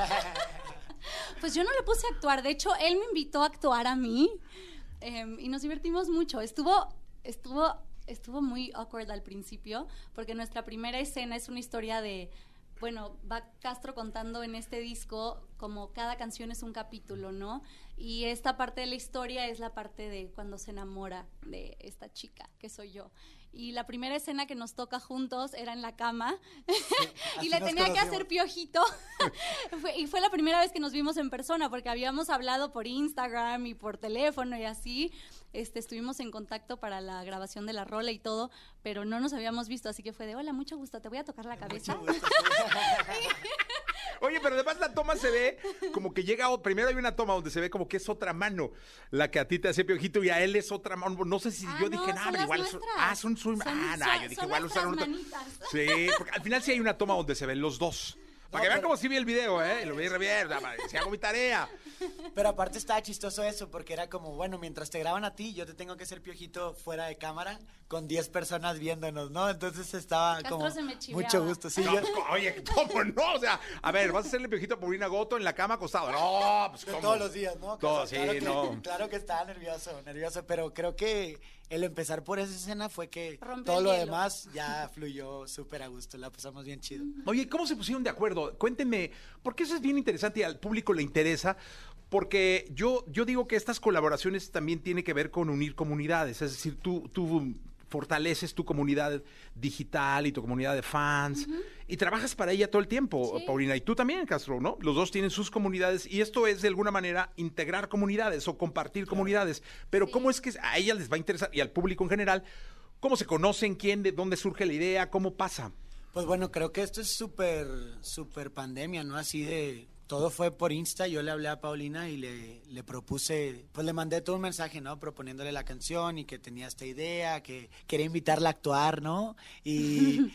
Pues yo no le puse a actuar. De hecho, él me invitó a actuar a mí eh, y nos divertimos mucho. Estuvo, estuvo, estuvo muy awkward al principio porque nuestra primera escena es una historia de... Bueno, va Castro contando en este disco como cada canción es un capítulo, ¿no? Y esta parte de la historia es la parte de cuando se enamora de esta chica, que soy yo. Y la primera escena que nos toca juntos era en la cama sí, y le tenía conocimos. que hacer piojito fue, y fue la primera vez que nos vimos en persona porque habíamos hablado por Instagram y por teléfono y así, este, estuvimos en contacto para la grabación de la rola y todo, pero no nos habíamos visto, así que fue de hola, mucho gusto, te voy a tocar la cabeza. Mucho gusto, Oye, pero además la toma se ve como que llega, primero hay una toma donde se ve como que es otra mano la que a ti te hace piojito y a él es otra mano. No sé si ah, yo no, dije, nada, igual son, ah, son, son, son ah, no, yo dije igual usaron otra. Sí, porque al final sí hay una toma donde se ven los dos. Para no, que vean pero... cómo sí vi el video, ¿eh? Lo vi re bien, si hago mi tarea. Pero aparte estaba chistoso eso, porque era como, bueno, mientras te graban a ti, yo te tengo que hacer piojito fuera de cámara con diez personas viéndonos, ¿no? Entonces estaba Castro como se me mucho gusto. Sí, no, yo... Oye, ¿cómo no? O sea, a ver, ¿vas a hacerle piojito a Paulina Goto en la cama acostado? No, pues ¿cómo? Todos los días, ¿no? Todos, claro, sí, claro que, no. Claro que estaba nervioso, nervioso, pero creo que el empezar por esa escena fue que Rompió todo lo hielo. demás ya fluyó súper a gusto, la pasamos bien chido. Oye, ¿cómo se pusieron de acuerdo? Cuéntenme, porque eso es bien interesante y al público le interesa, porque yo, yo digo que estas colaboraciones también tienen que ver con unir comunidades, es decir, tú, tú fortaleces tu comunidad digital y tu comunidad de fans uh-huh. y trabajas para ella todo el tiempo, sí. Paulina, y tú también, Castro, ¿no? Los dos tienen sus comunidades y esto es de alguna manera integrar comunidades o compartir claro. comunidades, pero sí. ¿cómo es que a ella les va a interesar y al público en general? ¿Cómo se conocen? ¿Quién? ¿De dónde surge la idea? ¿Cómo pasa? Pues bueno, creo que esto es súper, súper pandemia, ¿no? Así de... Todo fue por Insta, yo le hablé a Paulina y le, le propuse, pues le mandé todo un mensaje, ¿no? Proponiéndole la canción y que tenía esta idea, que quería invitarla a actuar, ¿no? Y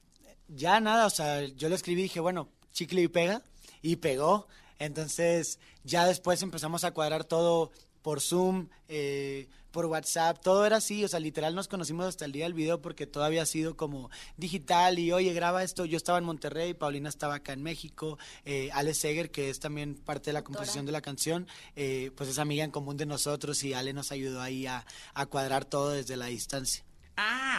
ya nada, o sea, yo le escribí y dije, bueno, chicle y pega, y pegó. Entonces, ya después empezamos a cuadrar todo por Zoom, eh, por WhatsApp, todo era así, o sea, literal nos conocimos hasta el día del video porque todo había sido como digital y, oye, graba esto, yo estaba en Monterrey, Paulina estaba acá en México, eh, Ale Seger, que es también parte de la composición de la canción, eh, pues es amiga en común de nosotros y Ale nos ayudó ahí a, a cuadrar todo desde la distancia. Ah,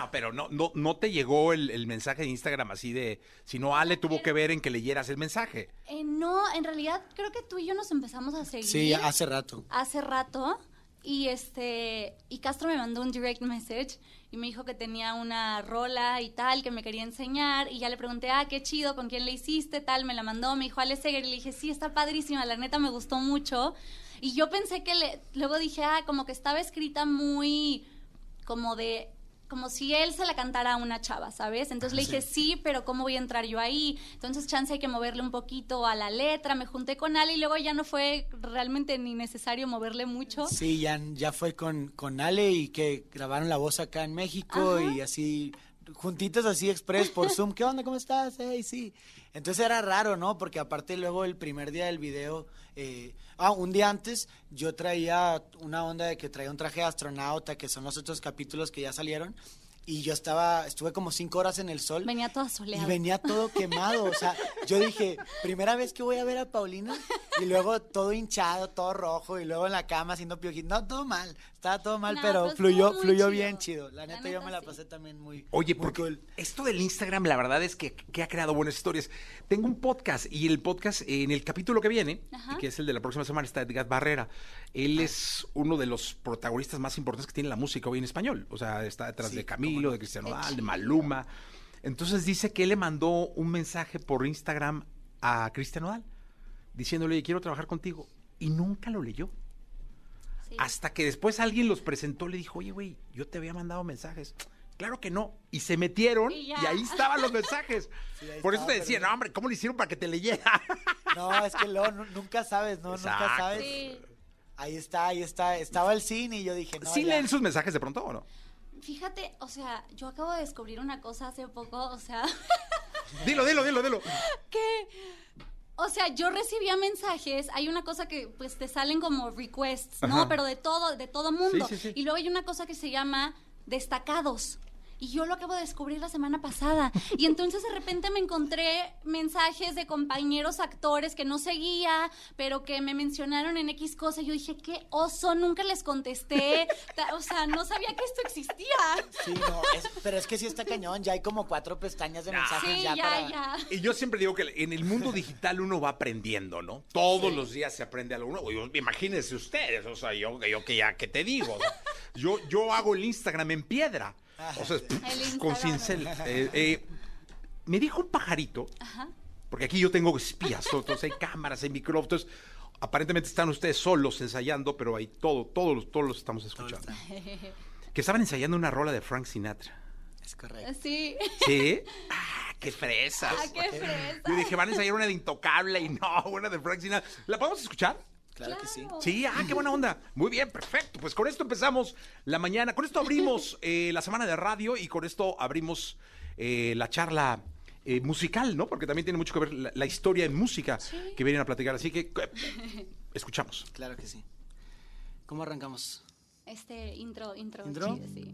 No, pero no, no, no te llegó el, el mensaje de Instagram así de, sino Ale tuvo que ver en que leyeras el mensaje. Eh, no, en realidad creo que tú y yo nos empezamos a seguir. Sí, hace rato. Hace rato. Y este, y Castro me mandó un direct message y me dijo que tenía una rola y tal, que me quería enseñar, y ya le pregunté, ah, qué chido, ¿con quién le hiciste? Tal, me la mandó, me dijo Ale Seger, y le dije, sí, está padrísima, la neta me gustó mucho. Y yo pensé que le, luego dije, ah, como que estaba escrita muy, como de, como si él se la cantara a una chava, ¿sabes? Entonces le dije, sí. sí, pero ¿cómo voy a entrar yo ahí? Entonces, chance hay que moverle un poquito a la letra. Me junté con Ale y luego ya no fue realmente ni necesario moverle mucho. Sí, ya, ya fue con, con Ale y que grabaron la voz acá en México. Ajá. Y así, juntitos así express por Zoom. ¿Qué onda? ¿Cómo estás? Hey, sí. Entonces era raro, ¿no? Porque aparte luego el primer día del video, eh, ah, un día antes yo traía una onda de que traía un traje de astronauta, que son los otros capítulos que ya salieron, y yo estaba, estuve como cinco horas en el sol. Venía todo soleado. Y venía todo quemado, o sea, yo dije, primera vez que voy a ver a Paulina, y luego todo hinchado, todo rojo, y luego en la cama haciendo piojitos. No, todo mal, estaba todo mal, no, pero, pero fluyó, fluyó chido. bien chido. La neta, la neta yo me la pasé sí. también muy Oye, muy porque cool. Esto del Instagram, la verdad es que, que ha creado buenas historias. Tengo un podcast, y el podcast, en el capítulo que viene, que es el de la próxima semana, está Edgar Barrera. Él es uno de los protagonistas más importantes que tiene la música hoy en español. O sea, está detrás sí, de Camilo, de Cristian Nodal, de Maluma. Entonces dice que él le mandó un mensaje por Instagram a Cristian Nodal, diciéndole, quiero trabajar contigo. Y nunca lo leyó. Sí. Hasta que después alguien los presentó, le dijo, oye, güey, yo te había mandado mensajes. Claro que no. Y se metieron y, y ahí estaban los mensajes. Sí, por eso te decía, no, hombre, ¿cómo le hicieron para que te leyera? No, es que luego no, nunca sabes, ¿no? Exacto. Nunca sabes. Sí. Ahí está, ahí está. Estaba el cine y yo dije, no. ¿Sí ya. leen sus mensajes de pronto o no? Fíjate, o sea, yo acabo de descubrir una cosa hace poco, o sea... Dilo, dilo, dilo, dilo. Que... O sea, yo recibía mensajes, hay una cosa que pues te salen como requests, ¿no? Ajá. Pero de todo, de todo mundo. Sí, sí, sí. Y luego hay una cosa que se llama destacados. Y yo lo acabo de descubrir la semana pasada. Y entonces de repente me encontré mensajes de compañeros actores que no seguía, pero que me mencionaron en X cosa. Y yo dije, qué oso, nunca les contesté. O sea, no sabía que esto existía. Sí, no, es, pero es que sí está cañón. Ya hay como cuatro pestañas de mensajes sí, ya, ya para... ya. Y yo siempre digo que en el mundo digital uno va aprendiendo, ¿no? Todos sí. los días se aprende algo nuevo. Imagínense ustedes, o sea, yo, yo que ya, ¿qué te digo? Yo, yo hago el Instagram en piedra. O sea, con cincel. Eh, eh, me dijo un pajarito, ajá, porque aquí yo tengo espías, entonces hay cámaras, hay micrófonos. Aparentemente están ustedes solos ensayando, pero hay todo, todos, todos los estamos escuchando. Que estaban ensayando una rola de Frank Sinatra. Es correcto. Sí. ¿Sí? ¡Ah, qué fresas! ¡Ah, qué fresas! Yo dije, van a ensayar una de Intocable y no, una de Frank Sinatra. ¿La podemos escuchar? Claro, claro que sí. Sí, ah, qué buena onda. Muy bien, perfecto. Pues con esto empezamos la mañana. Con esto abrimos eh, la semana de radio y con esto abrimos eh, la charla eh, musical, ¿no? Porque también tiene mucho que ver la, la historia en música sí. que vienen a platicar. Así que eh, escuchamos. Claro que sí. ¿Cómo arrancamos? Este intro, intro. ¿Intro? Chido, sí.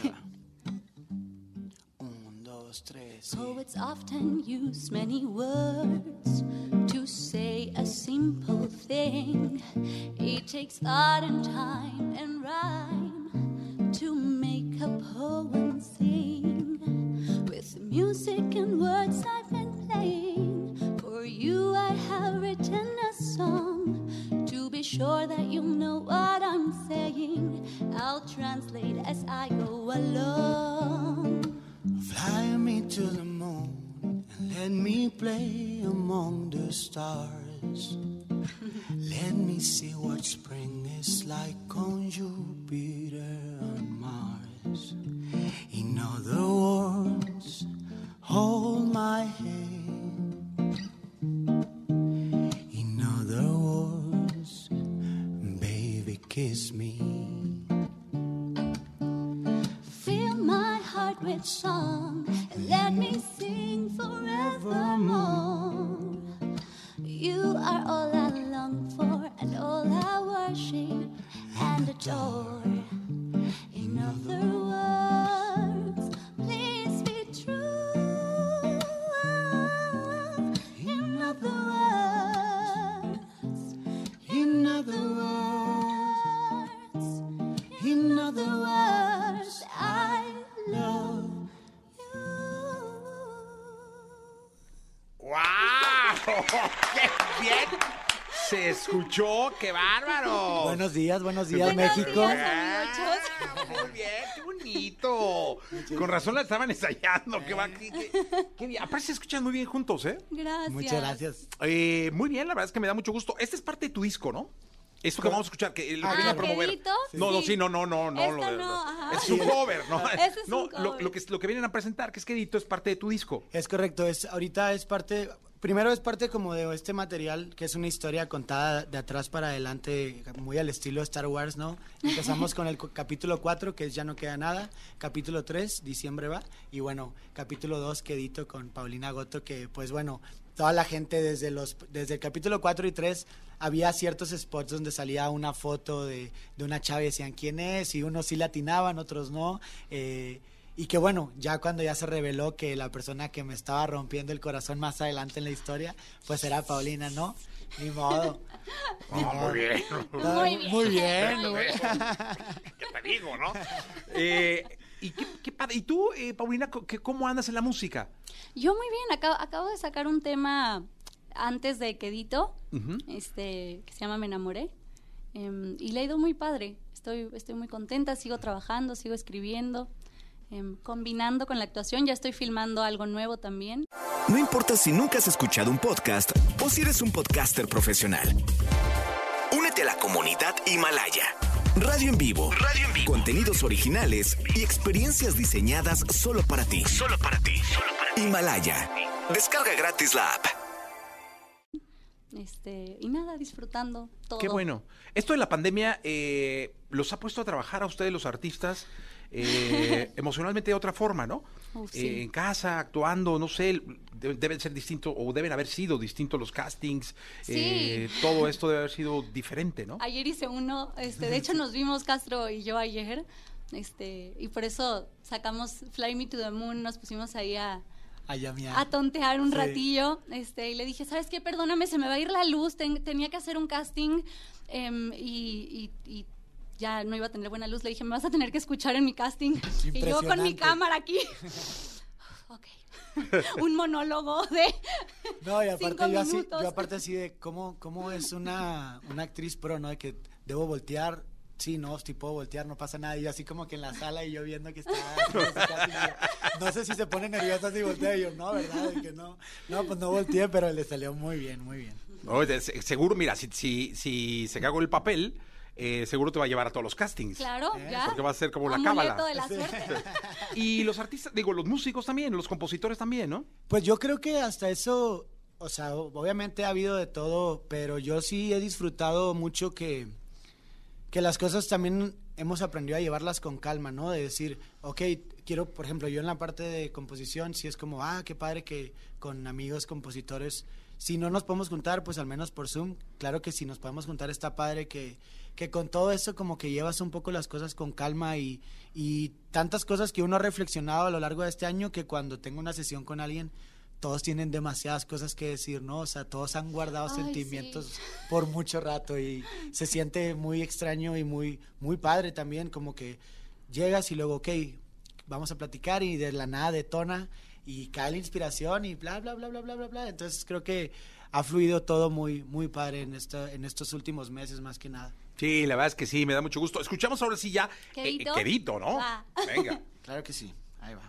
Un, dos, tres. Sí. Poets often use many words to say a simple thing. It takes thought and time and rhyme to make a poem sing. With music and words I've been playing, for you I have written a song. To be sure that you know what I'm saying, I'll translate as I go along. Fly me to the moon and let me play among the stars. Let me see what spring is like on Jupiter and Mars. In other words, hold my hand. In other words, baby, kiss me. Fill my heart with song and let me sing forevermore. You are all I long for and all I worship and adore. In other words, please be true. In other words, in other words, in other words, I love ¡Qué bien! Se escuchó, qué bárbaro. Buenos días, buenos días, Buenos México. días, amigos. Muy bien, qué bonito. Con razón la estaban ensayando. Qué, va, qué, qué, qué bien. Aparte se escuchan muy bien juntos, ¿eh? Gracias. Muchas gracias. Eh, Muy bien, la verdad es que me da mucho gusto. Este es parte de tu disco, ¿no? Esto que vamos a escuchar, que lo Ah, que viene a promover. ¿Quedito? No, no, Sí. sí, no, no, no, no. Esta lo de- no, ajá. Es un cover, ¿no? Ese es no, un Lo, cover. lo que, lo que vienen a presentar, que es Quedito, es parte de tu disco. Es correcto, es ahorita es parte, primero es parte como de este material, que es una historia contada de atrás para adelante, muy al estilo Star Wars, ¿no? Empezamos con el co- capítulo cuatro, que es Ya no queda nada, capítulo tres, diciembre va, y bueno, capítulo dos, Quedito, con Paulina Goto, que pues bueno, toda la gente desde los desde el capítulo cuatro y tres había ciertos spots donde salía una foto de, de una chava y decían quién es, y unos sí latinaban, otros no, eh, y que bueno, ya cuando ya se reveló que la persona que me estaba rompiendo el corazón más adelante en la historia, pues era Paulina, ¿no? Ni modo. Ni Ah, modo. muy bien. Ah, Muy bien. Muy bien. ¿no? ¿Qué te digo, no? Eh, y, qué, qué padre. ¿Y tú, eh, Paulina, co- qué- cómo andas en la música? Yo muy bien, acabo, acabo de sacar un tema antes de Quedito, Ujú. este, que se llama Me enamoré, em, y le ha ido muy padre. Estoy, estoy muy contenta, sigo trabajando, sigo escribiendo, em, combinando con la actuación, ya estoy filmando algo nuevo también. No importa si nunca has escuchado un podcast o si eres un podcaster profesional. Únete a la comunidad Himalaya. Radio en vivo. Radio en vivo. Contenidos originales y experiencias diseñadas solo para ti. Solo para ti. Solo para ti. Himalaya. Descarga gratis la app. Este, y nada, disfrutando todo. Qué bueno. Esto de la pandemia eh, los ha puesto a trabajar a ustedes, los artistas, eh, emocionalmente de otra forma, ¿no? Uf, sí. Eh, en casa, actuando, no sé, de- deben ser distintos o deben haber sido distintos los castings. Sí. eh, todo esto debe haber sido diferente, ¿no? Ayer hice uno, este, de hecho nos vimos Castro y yo ayer, este, y por eso sacamos Fly Me to the Moon, nos pusimos ahí a, Allá, mía. a tontear un Sí. ratillo, este, y le dije, ¿sabes qué? Perdóname, se me va a ir la luz, ten- tenía que hacer un casting, em, y, y- y ya no iba a tener buena luz, le dije, me vas a tener que escuchar en mi casting, y yo con mi Impresionante. cámara aquí, ok, un monólogo de No, y aparte cinco yo así, minutos. yo aparte así de cómo, cómo es una, una actriz pro, ¿no? De que debo voltear, sí, no, sí puedo voltear, no pasa nada. Y yo así como que en la sala y yo viendo que está casi, no sé si se pone nerviosa si voltea y yo, no, ¿verdad? De que no, no, pues no volteé, pero le salió muy bien, muy bien. No, de- se- seguro, mira, si, si, si se cagó el papel, eh, seguro te va a llevar a todos los castings. Claro, ya. Porque va a ser como la Amuleto cábala. de la suerte. Y los artistas, digo, los músicos también, los compositores también, ¿no? Pues yo creo que hasta eso, o sea, obviamente ha habido de todo, pero yo sí he disfrutado mucho que, que las cosas también hemos aprendido a llevarlas con calma, ¿no? De decir, ok, quiero, por ejemplo, yo en la parte de composición, sí es como, ah, qué padre que con amigos compositores, si no nos podemos juntar, pues al menos por Zoom, claro que si nos podemos juntar está padre que, que con todo eso como que llevas un poco las cosas con calma y, y tantas cosas que uno ha reflexionado a lo largo de este año que cuando tengo una sesión con alguien, todos tienen demasiadas cosas que decir, ¿no? O sea, todos han guardado Ay, sentimientos sí. por mucho rato y se siente muy extraño y muy, muy padre también, como que llegas y luego, ok, vamos a platicar y de la nada detona y cae la inspiración y bla, bla, bla, bla, bla, bla, bla. Entonces creo que ha fluido todo muy, muy padre en, esta, en estos últimos meses más que nada. Sí, la verdad es que sí, me da mucho gusto. Escuchamos ahora sí ya. ¿Quedito? Eh, quedito, ¿no? Va. Venga. Claro que sí, ahí va.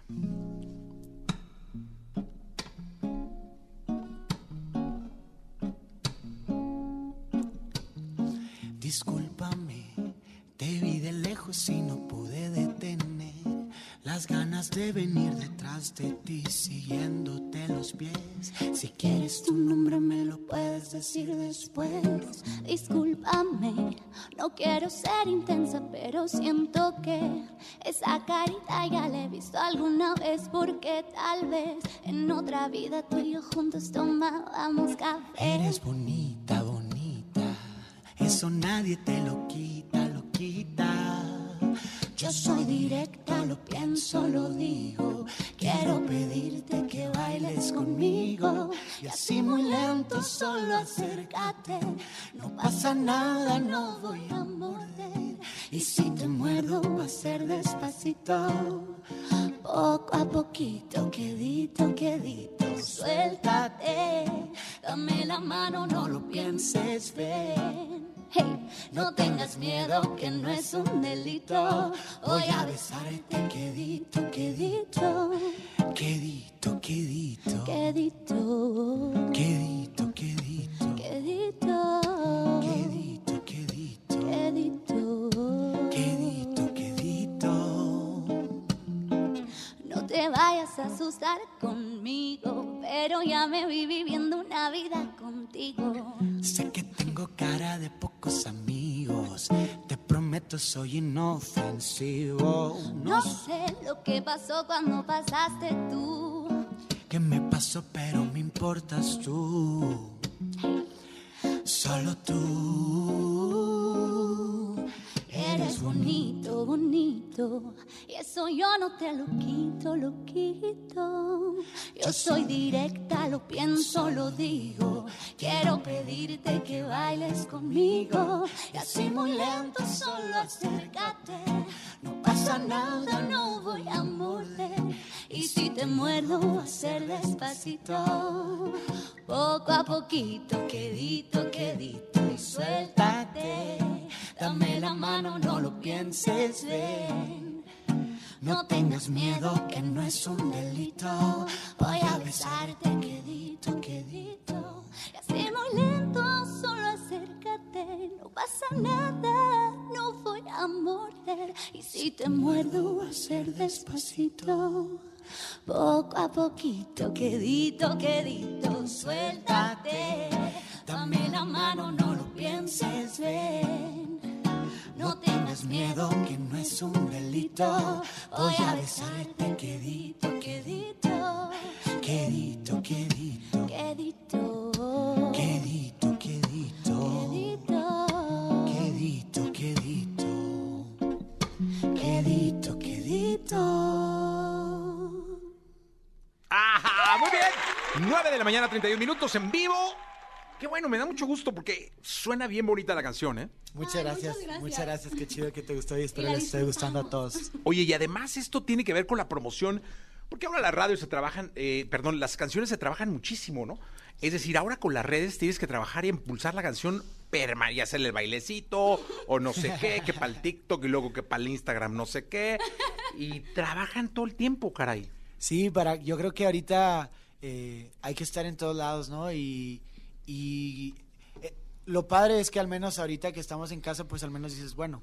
Discúlpame, te vi de lejos y no pude detener las ganas de venir detrás de ti, siguiéndote los pies. Si quieres tu nombre me lo puedes decir después. Discúlpame, no quiero ser intensa, pero siento que esa carita ya la he visto alguna vez, porque tal vez en otra vida tú y yo juntos tomábamos café. Eres bonita, bonita, eso nadie te lo quita, lo quita. Yo soy directa, lo pienso, lo digo. Quiero pedirte que bailes conmigo y así muy lento solo acércate. No pasa nada, no voy a morder. Y si te muerdo va a ser despacito. Poco a poquito, quedito, quedito, suéltate. Dame la mano, no lo pienses, ven. Hey, no tengas miedo, que no es un delito. Voy a besarte, quedito, quedito. Quedito, quedito. Quedito. Quedito, quedito. Quedito. Quedito, quedito. Quedito. Quedito, quedito. No te vayas a asustar conmigo, pero ya me vi viviendo una vida contigo. Sé que tengo cara de pocos amigos, te prometo soy inofensivo. No sé lo que pasó cuando pasaste tú. ¿Qué me pasó? Pero me importas tú. Solo tú. Eres bonito, bonito, y eso yo no te lo quito, lo quito. Yo soy directa, lo pienso, lo digo. Quiero pedirte que bailes conmigo, y así muy lento, solo acércate. No pasa nada, no voy a morder, y si te muerdo va a ser despacito. Poco a poquito, quedito, quedito, y suéltate. Dame la mano, no lo pienses, ven. No tengas miedo, que no es un delito. Voy a besarte, quedito, quedito. Y así muy lento, solo acércate. No pasa nada, no voy a morder. Y si te muerdo, va a ser despacito. Poco a poquito, quedito, quedito, suéltate. Dame la mano, no lo pienses, ven. No tengas miedo, que no es un delito. Voy a besarte, quedito, quedito. Quedito, quedito. Quedito. Quedito, quedito. Quedito. Quedito, quedito. Quedito, quedito. ¡Ajá! Muy bien. nueve de la mañana, treinta y un minutos en vivo. Qué bueno, me da mucho gusto porque suena bien bonita la canción, ¿eh? Muchas Ay, gracias, muchas gracias. muchas gracias, qué chido que te gustó y espero Y la les esté gustando a disfrutamos. todos. Oye, y además esto tiene que ver con la promoción, porque ahora las radios se trabajan, eh, perdón, las canciones se trabajan muchísimo, ¿no? Es decir, ahora con las redes tienes que trabajar y impulsar la canción perma y hacerle el bailecito o no sé qué, que para el TikTok y luego que para el Instagram no sé qué. Y trabajan todo el tiempo, caray. Sí, para, yo creo que ahorita eh, hay que estar en todos lados, ¿no? Y, y eh, lo padre es que al menos ahorita que estamos en casa, pues al menos dices, bueno,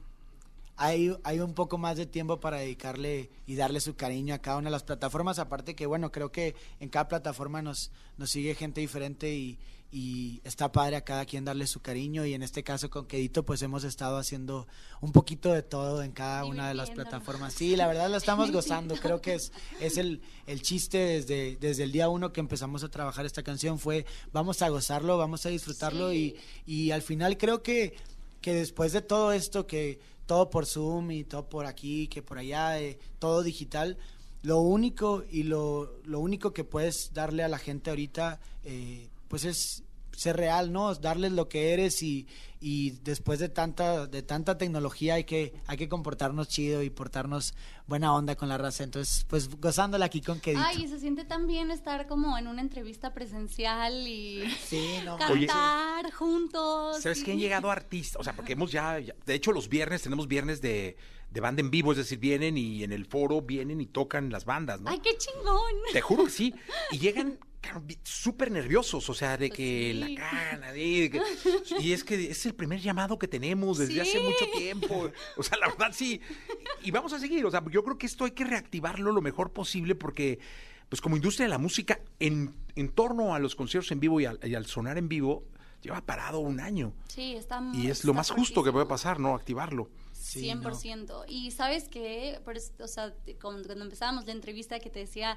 hay, hay un poco más de tiempo para dedicarle y darle su cariño a cada una de las plataformas, aparte que, bueno, creo que en cada plataforma nos, nos sigue gente diferente y, y está padre a cada quien darle su cariño, y en este caso con Quedito pues hemos estado haciendo un poquito de todo en cada una de las plataformas. Sí, la verdad la estamos gozando, creo que es, es el, el chiste desde, desde el día uno que empezamos a trabajar esta canción, fue vamos a gozarlo, vamos a disfrutarlo. Sí. y, y al final creo que, que después de todo esto, que todo por Zoom y todo por aquí, que por allá, eh, todo digital, lo único y lo, lo único que puedes darle a la gente ahorita eh, pues es ser real, ¿no? Darles lo que eres, y, y después de tanta de tanta tecnología hay que hay que comportarnos chido y portarnos buena onda con la raza. Entonces, pues gozándola aquí con Quedito. Ay, se siente tan bien estar como en una entrevista presencial y sí, no, cantar Oye, juntos. ¿Sabes y... qué? Han llegado artistas, o sea, porque hemos ya, ya de hecho los viernes tenemos viernes de, de banda en vivo, es decir, vienen y en el foro vienen y tocan las bandas, ¿no? Ay, qué chingón. Te juro que sí, y llegan súper nerviosos, o sea, de pues que sí. la cana, de, que, y es que es el primer llamado que tenemos desde sí. hace mucho tiempo, o sea, la verdad sí, y vamos a seguir, o sea, yo creo que esto hay que reactivarlo lo mejor posible porque, pues como industria de la música, en, en torno a los conciertos en vivo y al, y al sonar en vivo, lleva parado un año. Sí, está Y es está lo más justo fuertísimo. que puede pasar, ¿no? Activarlo. Sí, cien por ciento. No. Y ¿sabes qué? Por eso, o sea, cuando, cuando empezábamos la entrevista que te decía,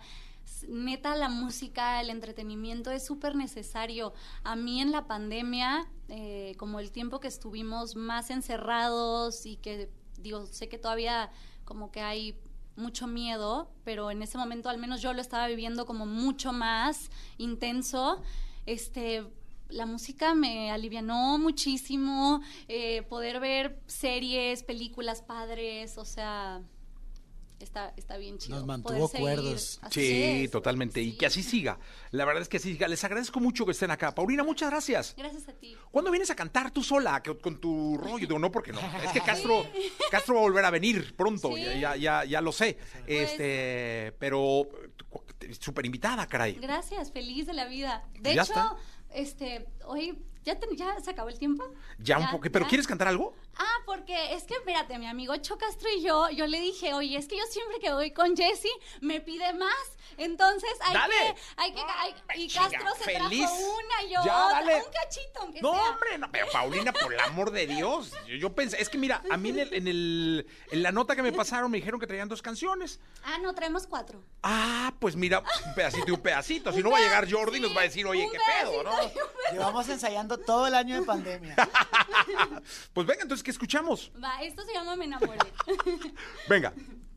neta, la música, el entretenimiento es súper necesario. A mí en la pandemia, eh, como el tiempo que estuvimos más encerrados y que, digo, sé que todavía como que hay mucho miedo, pero en ese momento al menos yo lo estaba viviendo como mucho más intenso, este... La música me alivianó muchísimo, eh, poder ver series, películas padres, o sea, está, está bien chido. Nos mantuvo poder cuerdos. Así Sí, es. totalmente. Y que así siga. La verdad es que así siga. Les agradezco mucho que estén acá. Paulina, muchas gracias. Gracias a ti. ¿Cuándo vienes a cantar tú sola que- con tu rollo? Digo, no, porque no. Es que Castro, Castro va a volver a venir pronto. Sí. Ya, ya, ya, ya lo sé. Este, pero súper invitada, caray. Gracias, feliz de la vida. De Ya hecho, está. este, hoy ya, te- ya se acabó el tiempo. Ya un poco. ¿Pero ya. quieres cantar algo? Ah, porque es que, espérate, mi amigo Cho Castro y yo, yo le dije, oye, es que yo siempre que voy con Jessy me pide más, entonces hay ¡Dale! que, hay que, hay- y chinga, Castro se feliz. trajo una y yo Ya, otra, dale. un cachito, aunque No, sea. hombre, no, pero Paulina, por el amor de Dios. Yo, yo pensé, es que mira, a mí en, el, en, el, en la nota que me pasaron me dijeron que traían dos canciones. Ah, no, traemos cuatro. Ah, pues mira, un pedacito y un pedacito. Si no va a llegar Jordi y nos va a decir, oye, un qué pedo, ¿no? pedacito y un pedacito. Llevamos ensayando todo el año de pandemia. Pues venga, entonces, ¿qué escuchamos? Va, esto se llama Me enamoré. Venga.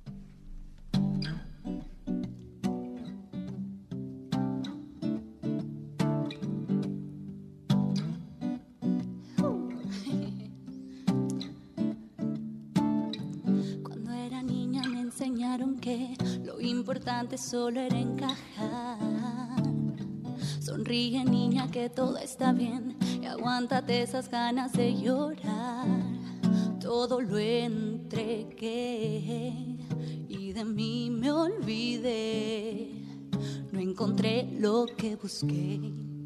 Cuando era niña me enseñaron que lo importante solo era encajar. Sonríe, niña, que todo está bien y aguántate esas ganas de llorar. Todo lo entregué y de mí me olvidé. No encontré lo que busqué.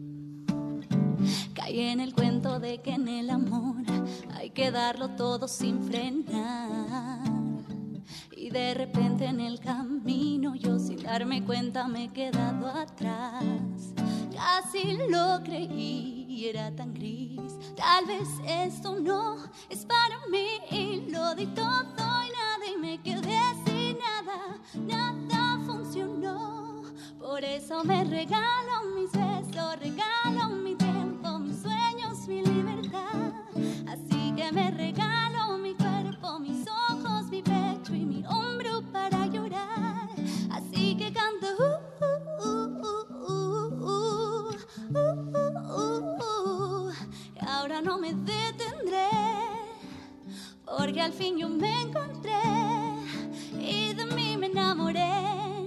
Caí en el cuento de que en el amor hay que darlo todo sin frenar. Y de repente en el camino yo sin darme cuenta me he quedado atrás. Casi lo creí y era tan gris. Tal vez esto no es para mí. Y lo di todo y nada y me quedé sin nada. Nada funcionó. Por eso me regalo mis besos, regalo mi tiempo, mis sueños, mi libertad. Así que me regalo mi cuerpo, mis ojos, mi pecho y mi hombro para llorar. Así que canto uh, uh, uh, uh, uh, uh, uh, uh, uh. Y ahora no me detendré, porque al fin yo me encontré y de mí me enamoré.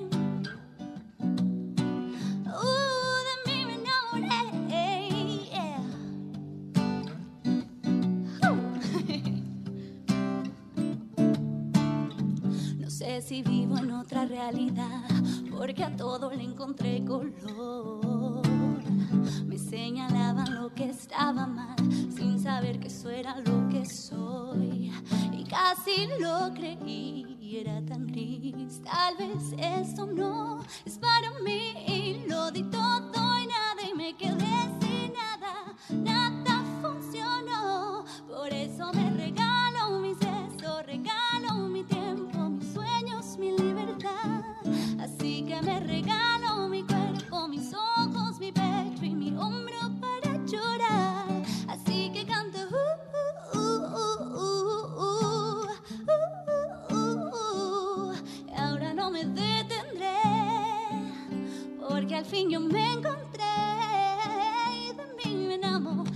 Si vivo en otra realidad, porque a todo le encontré color. Me señalaban lo que estaba mal, sin saber que eso era lo que soy. Y casi lo creí, y era tan gris. Tal vez esto no es para mí. Y lo di todo y nada, y me quedé sin nada. Nada funcionó. Por eso me regalo mis besos, regalo mi tiempo, mis sueños, mi libertad. Así que me regalo mi cuerpo, mis ojos, mi pecho y mi hombro para llorar. Así que canto uh, uh, uh, uh, uh, uh, uh, uh. Y ahora no me detendré, porque al fin yo me encontré y de mí me enamoré.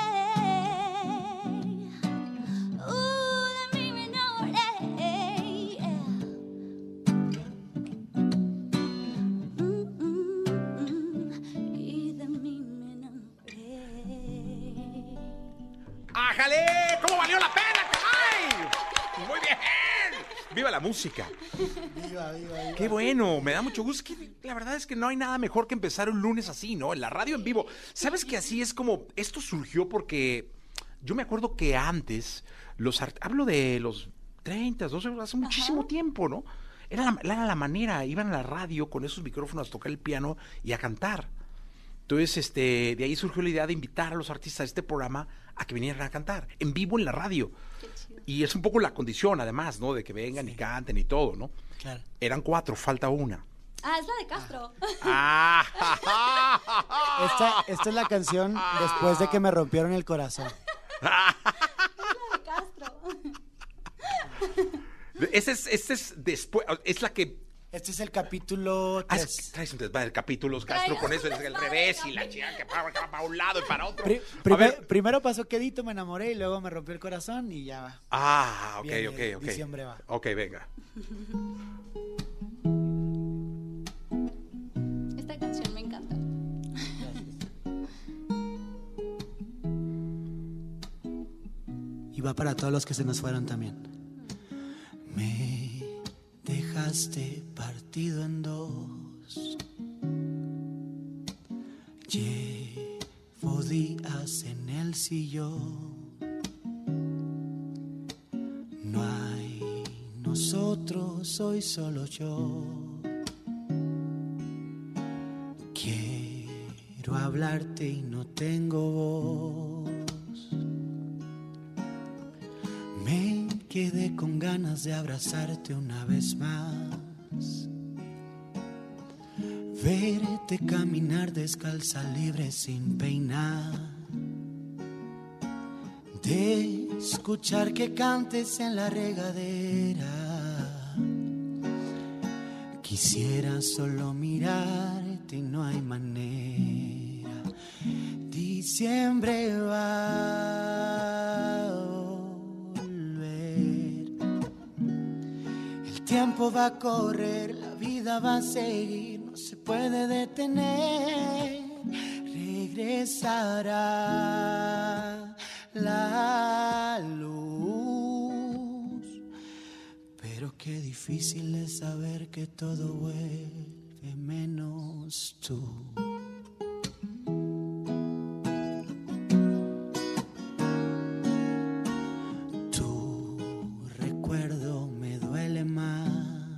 ¡Ájale! ¿Cómo valió la pena, caray? Muy bien. ¡Viva la música! Viva, viva, viva. ¡Qué bueno! Me da mucho gusto. Es que la verdad es que no hay nada mejor que empezar un lunes así, ¿no? En la radio en vivo. ¿Sabes que así es como... Esto surgió porque yo me acuerdo que antes, los art- hablo de los treinta, doce, hace muchísimo tiempo, ¿no? Era la, era la manera, iban a la radio con esos micrófonos a tocar el piano y a cantar. Entonces, este, de ahí surgió la idea de invitar a los artistas de este programa a que vinieran a cantar, en vivo en la radio. Y es un poco la condición, además, ¿no? De que vengan sí. y canten y todo, ¿no? Claro. Eran cuatro, falta una. Ah, es la de Castro. Ah. Esta, esta es la canción después de que me rompieron el corazón. Es la de Castro. Esta es, esta es después, es la que Este es el capítulo Ah, tres. es que traes un desmadre de capítulos, Castro, con eso es el revés y la chica que va para un lado y para otro. Pri- A primer- ver. primero pasó quedito, me enamoré y luego me rompió el corazón y ya va. Ah, ok, Viene, ok, ok. diciembre va. Ok, venga. Esta canción me encanta. Y va para todos los que se nos fueron también. Me dejaste partido en dos. Llevo días en el sillón. No hay nosotros, soy solo yo. Quiero hablarte y no tengo voz. Me quedé con ganas de abrazarte una vez más. Verte caminar descalza, libre, sin peinar. De escuchar que cantes en la regadera. Quisiera solo mirarte y no hay manera. Diciembre va a volver. El tiempo va a correr, la vida va a seguir, no se puede detener. Regresará la luz, pero qué difícil es saber que todo vuelve menos tú. Tu recuerdo me duele más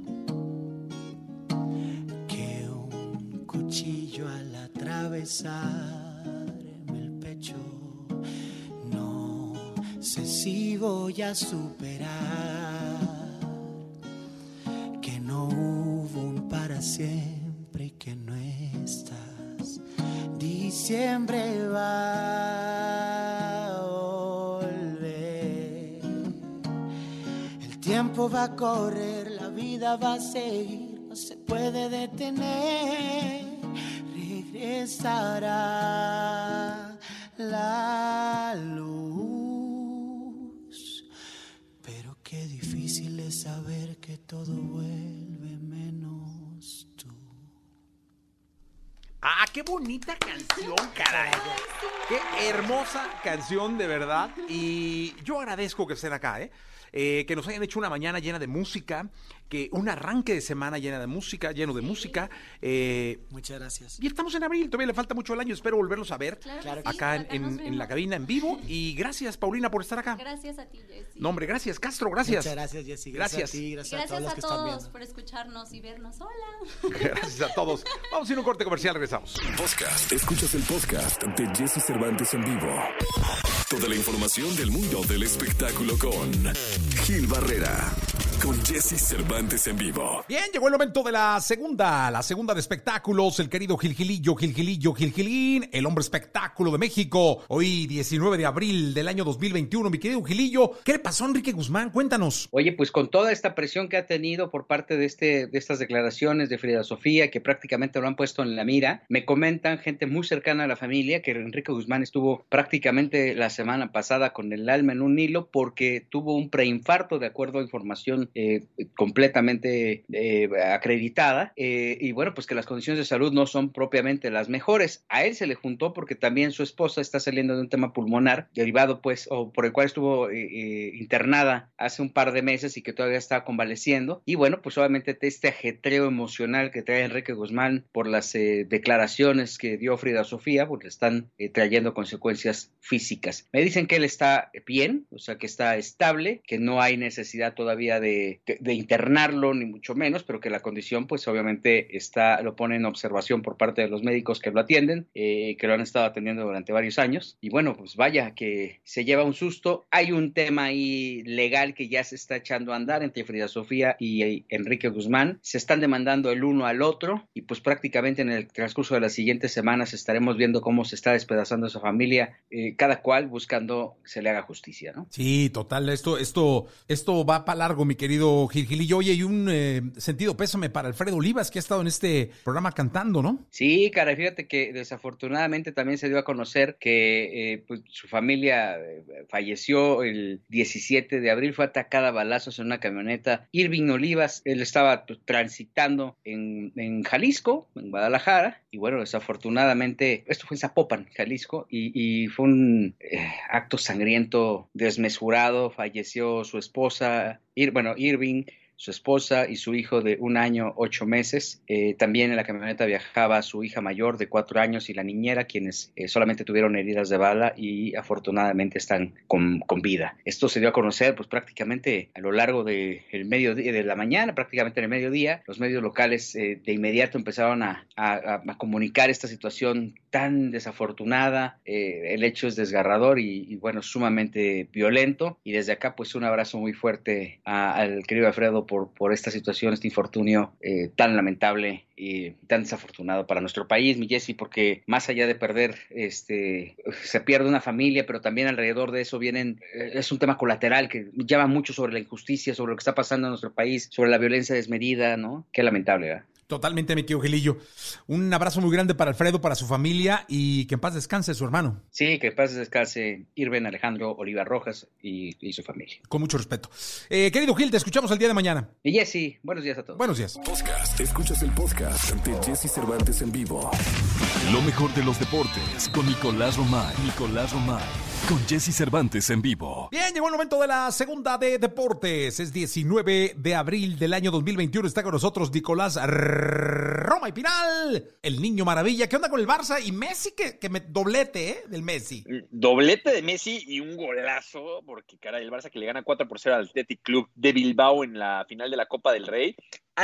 que un cuchillo al atravesarme el pecho. No sé si voy a superar que no hubo un para siempre y que no estás. Diciembre va a volver. El tiempo va a correr, la vida va a seguir, no se puede detener. Regresará la luz, pero qué difícil es saber que todo vuelve menos tú. Ah, qué bonita canción, caray. Qué hermosa canción, de verdad. Y yo agradezco que estén acá, ¿eh? Eh, que nos hayan hecho una mañana llena de música, que un arranque de semana llena de música, lleno de música. Eh, Muchas gracias. y estamos en abril, todavía le falta mucho el año, espero volverlos a ver Claro que sí, acá en, acá nos en- en vemos. la cabina en vivo. Y gracias, Paulina, por estar acá. Gracias a ti, Jessy. No, hombre, gracias, Castro, gracias. Muchas gracias, Jessy. Gracias, Gracias. a ti, gracias, Gracias a todos los a que están todos viendo. por escucharnos y vernos. Hola. Gracias a todos. Vamos a ir a un corte comercial, regresamos. Podcast. Escuchas el podcast de Jessy Cervantes en vivo. Toda la información del mundo del espectáculo con Gil Barrera. Con Jessy Cervantes en vivo. Bien, llegó el momento de la segunda, la segunda de espectáculos, el querido Gilgilillo, Gilgilillo, Gilgilín, el hombre espectáculo de México. Hoy, diecinueve de abril del año dos mil veintiuno, mi querido Gilillo, ¿qué le pasó a Enrique Guzmán? Cuéntanos. Oye, pues con toda esta presión que ha tenido por parte de, este, de estas declaraciones de Frida Sofía, que prácticamente lo han puesto en la mira, me comentan gente muy cercana a la familia que Enrique Guzmán estuvo prácticamente la semana pasada con el alma en un hilo porque tuvo un preinfarto, de acuerdo a información eh, completamente eh, acreditada, eh, y bueno, pues que las condiciones de salud no son propiamente las mejores. A él se le juntó porque también su esposa está saliendo de un tema pulmonar, derivado pues, o por el cual estuvo eh, eh, internada hace un par de meses y que todavía está convaleciendo, y bueno, pues obviamente este ajetreo emocional que trae Enrique Guzmán por las eh, declaraciones que dio Frida Sofía, pues le están eh, trayendo consecuencias físicas. Me dicen que él está bien, o sea que está estable, que no hay necesidad todavía de, de internarlo ni mucho menos, pero que la condición pues obviamente está, lo pone en observación por parte de los médicos que lo atienden, eh, que lo han estado atendiendo durante varios años, y bueno, pues vaya que se lleva un susto. Hay un tema ahí legal que ya se está echando a andar entre Frida Sofía y Enrique Guzmán, se están demandando el uno al otro, y pues prácticamente en el transcurso de las siguientes semanas estaremos viendo cómo se está despedazando esa familia, eh, cada cual buscando que se le haga justicia, ¿no? Sí, total, esto, esto, esto va para largo, mi querido querido Gil Gilillo. Oye, y un eh, sentido pésame para Alfredo Olivas, que ha estado en este programa cantando, ¿no? Sí, cara, fíjate que desafortunadamente también se dio a conocer que eh, pues, su familia eh, falleció el diecisiete de abril, fue atacada a balazos en una camioneta. Irving Olivas, él estaba pues, transitando en, en Jalisco, en Guadalajara, y bueno, desafortunadamente, esto fue en Zapopan, Jalisco, y, y fue un eh, acto sangriento, desmesurado. Falleció su esposa, Ir, bueno, Irving, su esposa y su hijo de un año, ocho meses. Eh, también en la camioneta viajaba su hija mayor de cuatro años y la niñera, quienes eh, solamente tuvieron heridas de bala y afortunadamente están con, con vida. Esto se dio a conocer pues prácticamente a lo largo del de mediodía, de la mañana, prácticamente en el mediodía. Los medios locales eh, de inmediato empezaron a, a, a comunicar esta situación tan desafortunada. Eh, el hecho es desgarrador y, y bueno, sumamente violento. Y desde acá pues un abrazo muy fuerte a, al querido Alfredo Por, por esta situación, este infortunio eh, tan lamentable y tan desafortunado para nuestro país, mi Jessy, porque más allá de perder, este, se pierde una familia, pero también alrededor de eso vienen, eh, es un tema colateral que llama mucho sobre la injusticia, sobre lo que está pasando en nuestro país, sobre la violencia desmedida, ¿no? Qué lamentable, ¿verdad? Totalmente, mi querido Gilillo. Un abrazo muy grande para Alfredo, para su familia y que en paz descanse su hermano. Sí, que en paz descanse Irving Alejandro Oliva Rojas y, y su familia. Con mucho respeto. Eh, querido Gil, te escuchamos el día de mañana. Y Jessy, buenos días a todos. Buenos días. Podcast. Escuchas el podcast de Jessy Cervantes en vivo. Lo mejor de los deportes con Nicolás Romay. Nicolás Romay. Con Jessy Cervantes en vivo. Bien, llegó el momento de la segunda de deportes. Es diecinueve de abril del año dos mil veintiuno. Está con nosotros Nicolás Romay Pinal, el niño maravilla. ¿Qué onda con el Barça y Messi? Que, que me doblete, ¿eh? Del Messi. Doblete de Messi y un golazo, porque caray, el Barça que le gana cuatro por cero al Athletic Club de Bilbao en la final de la Copa del Rey.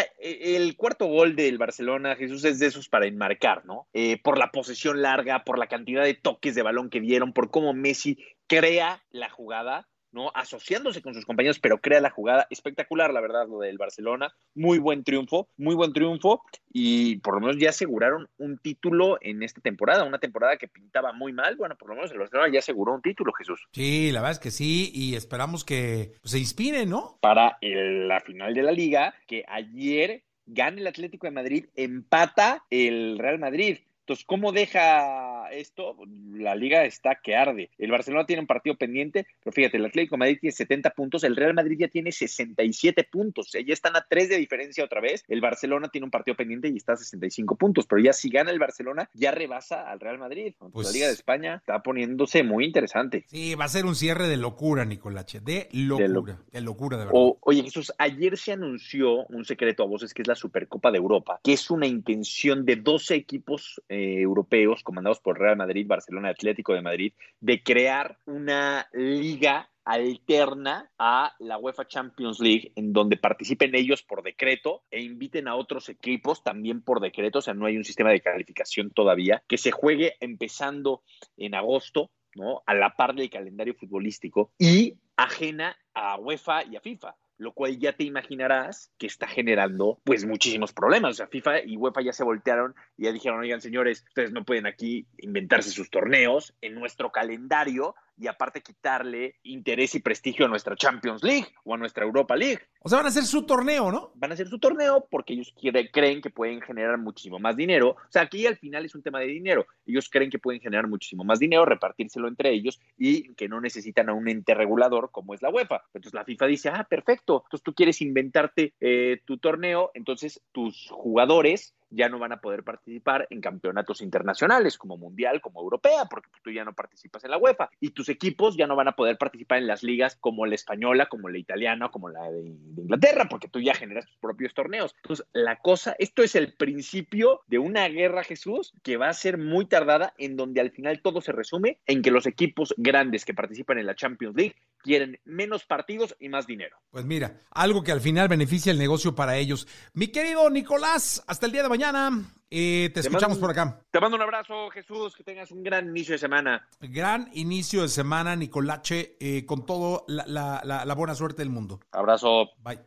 El cuarto gol del Barcelona, Jesús, es de esos para enmarcar, ¿no? Eh, por la posesión larga, por la cantidad de toques de balón que dieron, por cómo Messi crea la jugada, ¿no? Asociándose con sus compañeros, pero crea la jugada. Espectacular, la verdad, lo del Barcelona. Muy buen triunfo, muy buen triunfo. Y por lo menos ya aseguraron un título en esta temporada, una temporada que pintaba muy mal. Bueno, por lo menos el Barcelona ya aseguró un título, Jesús. Sí, la verdad es que sí, y esperamos que pues, se inspire, ¿no? Para el, la final de la Liga, que ayer gana el Atlético de Madrid, empata el Real Madrid. Entonces, ¿cómo deja esto? La Liga está que arde. El Barcelona tiene un partido pendiente, pero fíjate, el Atlético de Madrid tiene setenta puntos, el Real Madrid ya tiene sesenta y siete puntos, ya están a tres de diferencia otra vez. El Barcelona tiene un partido pendiente y está a sesenta y cinco puntos, pero ya si gana el Barcelona, ya rebasa al Real Madrid. Pues, la Liga de España está poniéndose muy interesante. Sí, va a ser un cierre de locura, Nicolache, de locura, de, lo... de locura, de verdad. O, oye, Jesús, ayer se anunció un secreto a voces que es la Supercopa de Europa, que es una intención de doce equipos eh, Eh, europeos comandados por Real Madrid, Barcelona, Atlético de Madrid, de crear una liga alterna a la UEFA Champions League, en donde participen ellos por decreto e inviten a otros equipos también por decreto. O sea, no hay un sistema de calificación todavía, que se juegue empezando en agosto, ¿no? A la par del calendario futbolístico y ajena a UEFA y a FIFA, lo cual ya te imaginarás que está generando pues muchísimos problemas. O sea, FIFA y UEFA ya se voltearon y ya dijeron, oigan señores, ustedes no pueden aquí inventarse sus torneos en nuestro calendario y aparte quitarle interés y prestigio a nuestra Champions League o a nuestra Europa League. O sea, van a hacer su torneo, ¿no? Van a hacer su torneo porque ellos quiere, creen que pueden generar muchísimo más dinero. O sea, aquí al final es un tema de dinero. Ellos creen que pueden generar muchísimo más dinero, repartírselo entre ellos y que no necesitan a un ente regulador como es la UEFA. Entonces la FIFA dice, ah, perfecto. Entonces tú quieres inventarte eh, tu torneo, entonces tus jugadores ya no van a poder participar en campeonatos internacionales como mundial, como europea, porque tú ya no participas en la UEFA, y tus equipos ya no van a poder participar en las ligas como la española, como la italiana, como la de, de Inglaterra, porque tú ya generas tus propios torneos. Entonces, la cosa, esto es el principio de una guerra, Jesús, que va a ser muy tardada, en donde al final todo se resume en que los equipos grandes que participan en la Champions League quieren menos partidos y más dinero. Pues mira, algo que al final beneficia el negocio para ellos. Mi querido Nicolás, hasta el día de mañana. Eh, te, te escuchamos mando, por acá. Te mando un abrazo, Jesús, que tengas un gran inicio de semana. Gran inicio de semana, Nicolache, eh, con todo la, la, la, la buena suerte del mundo. Abrazo. Bye.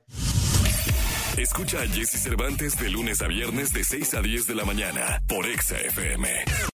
Escucha a Jessy Cervantes de lunes a viernes de seis a diez de la mañana por Exa F M.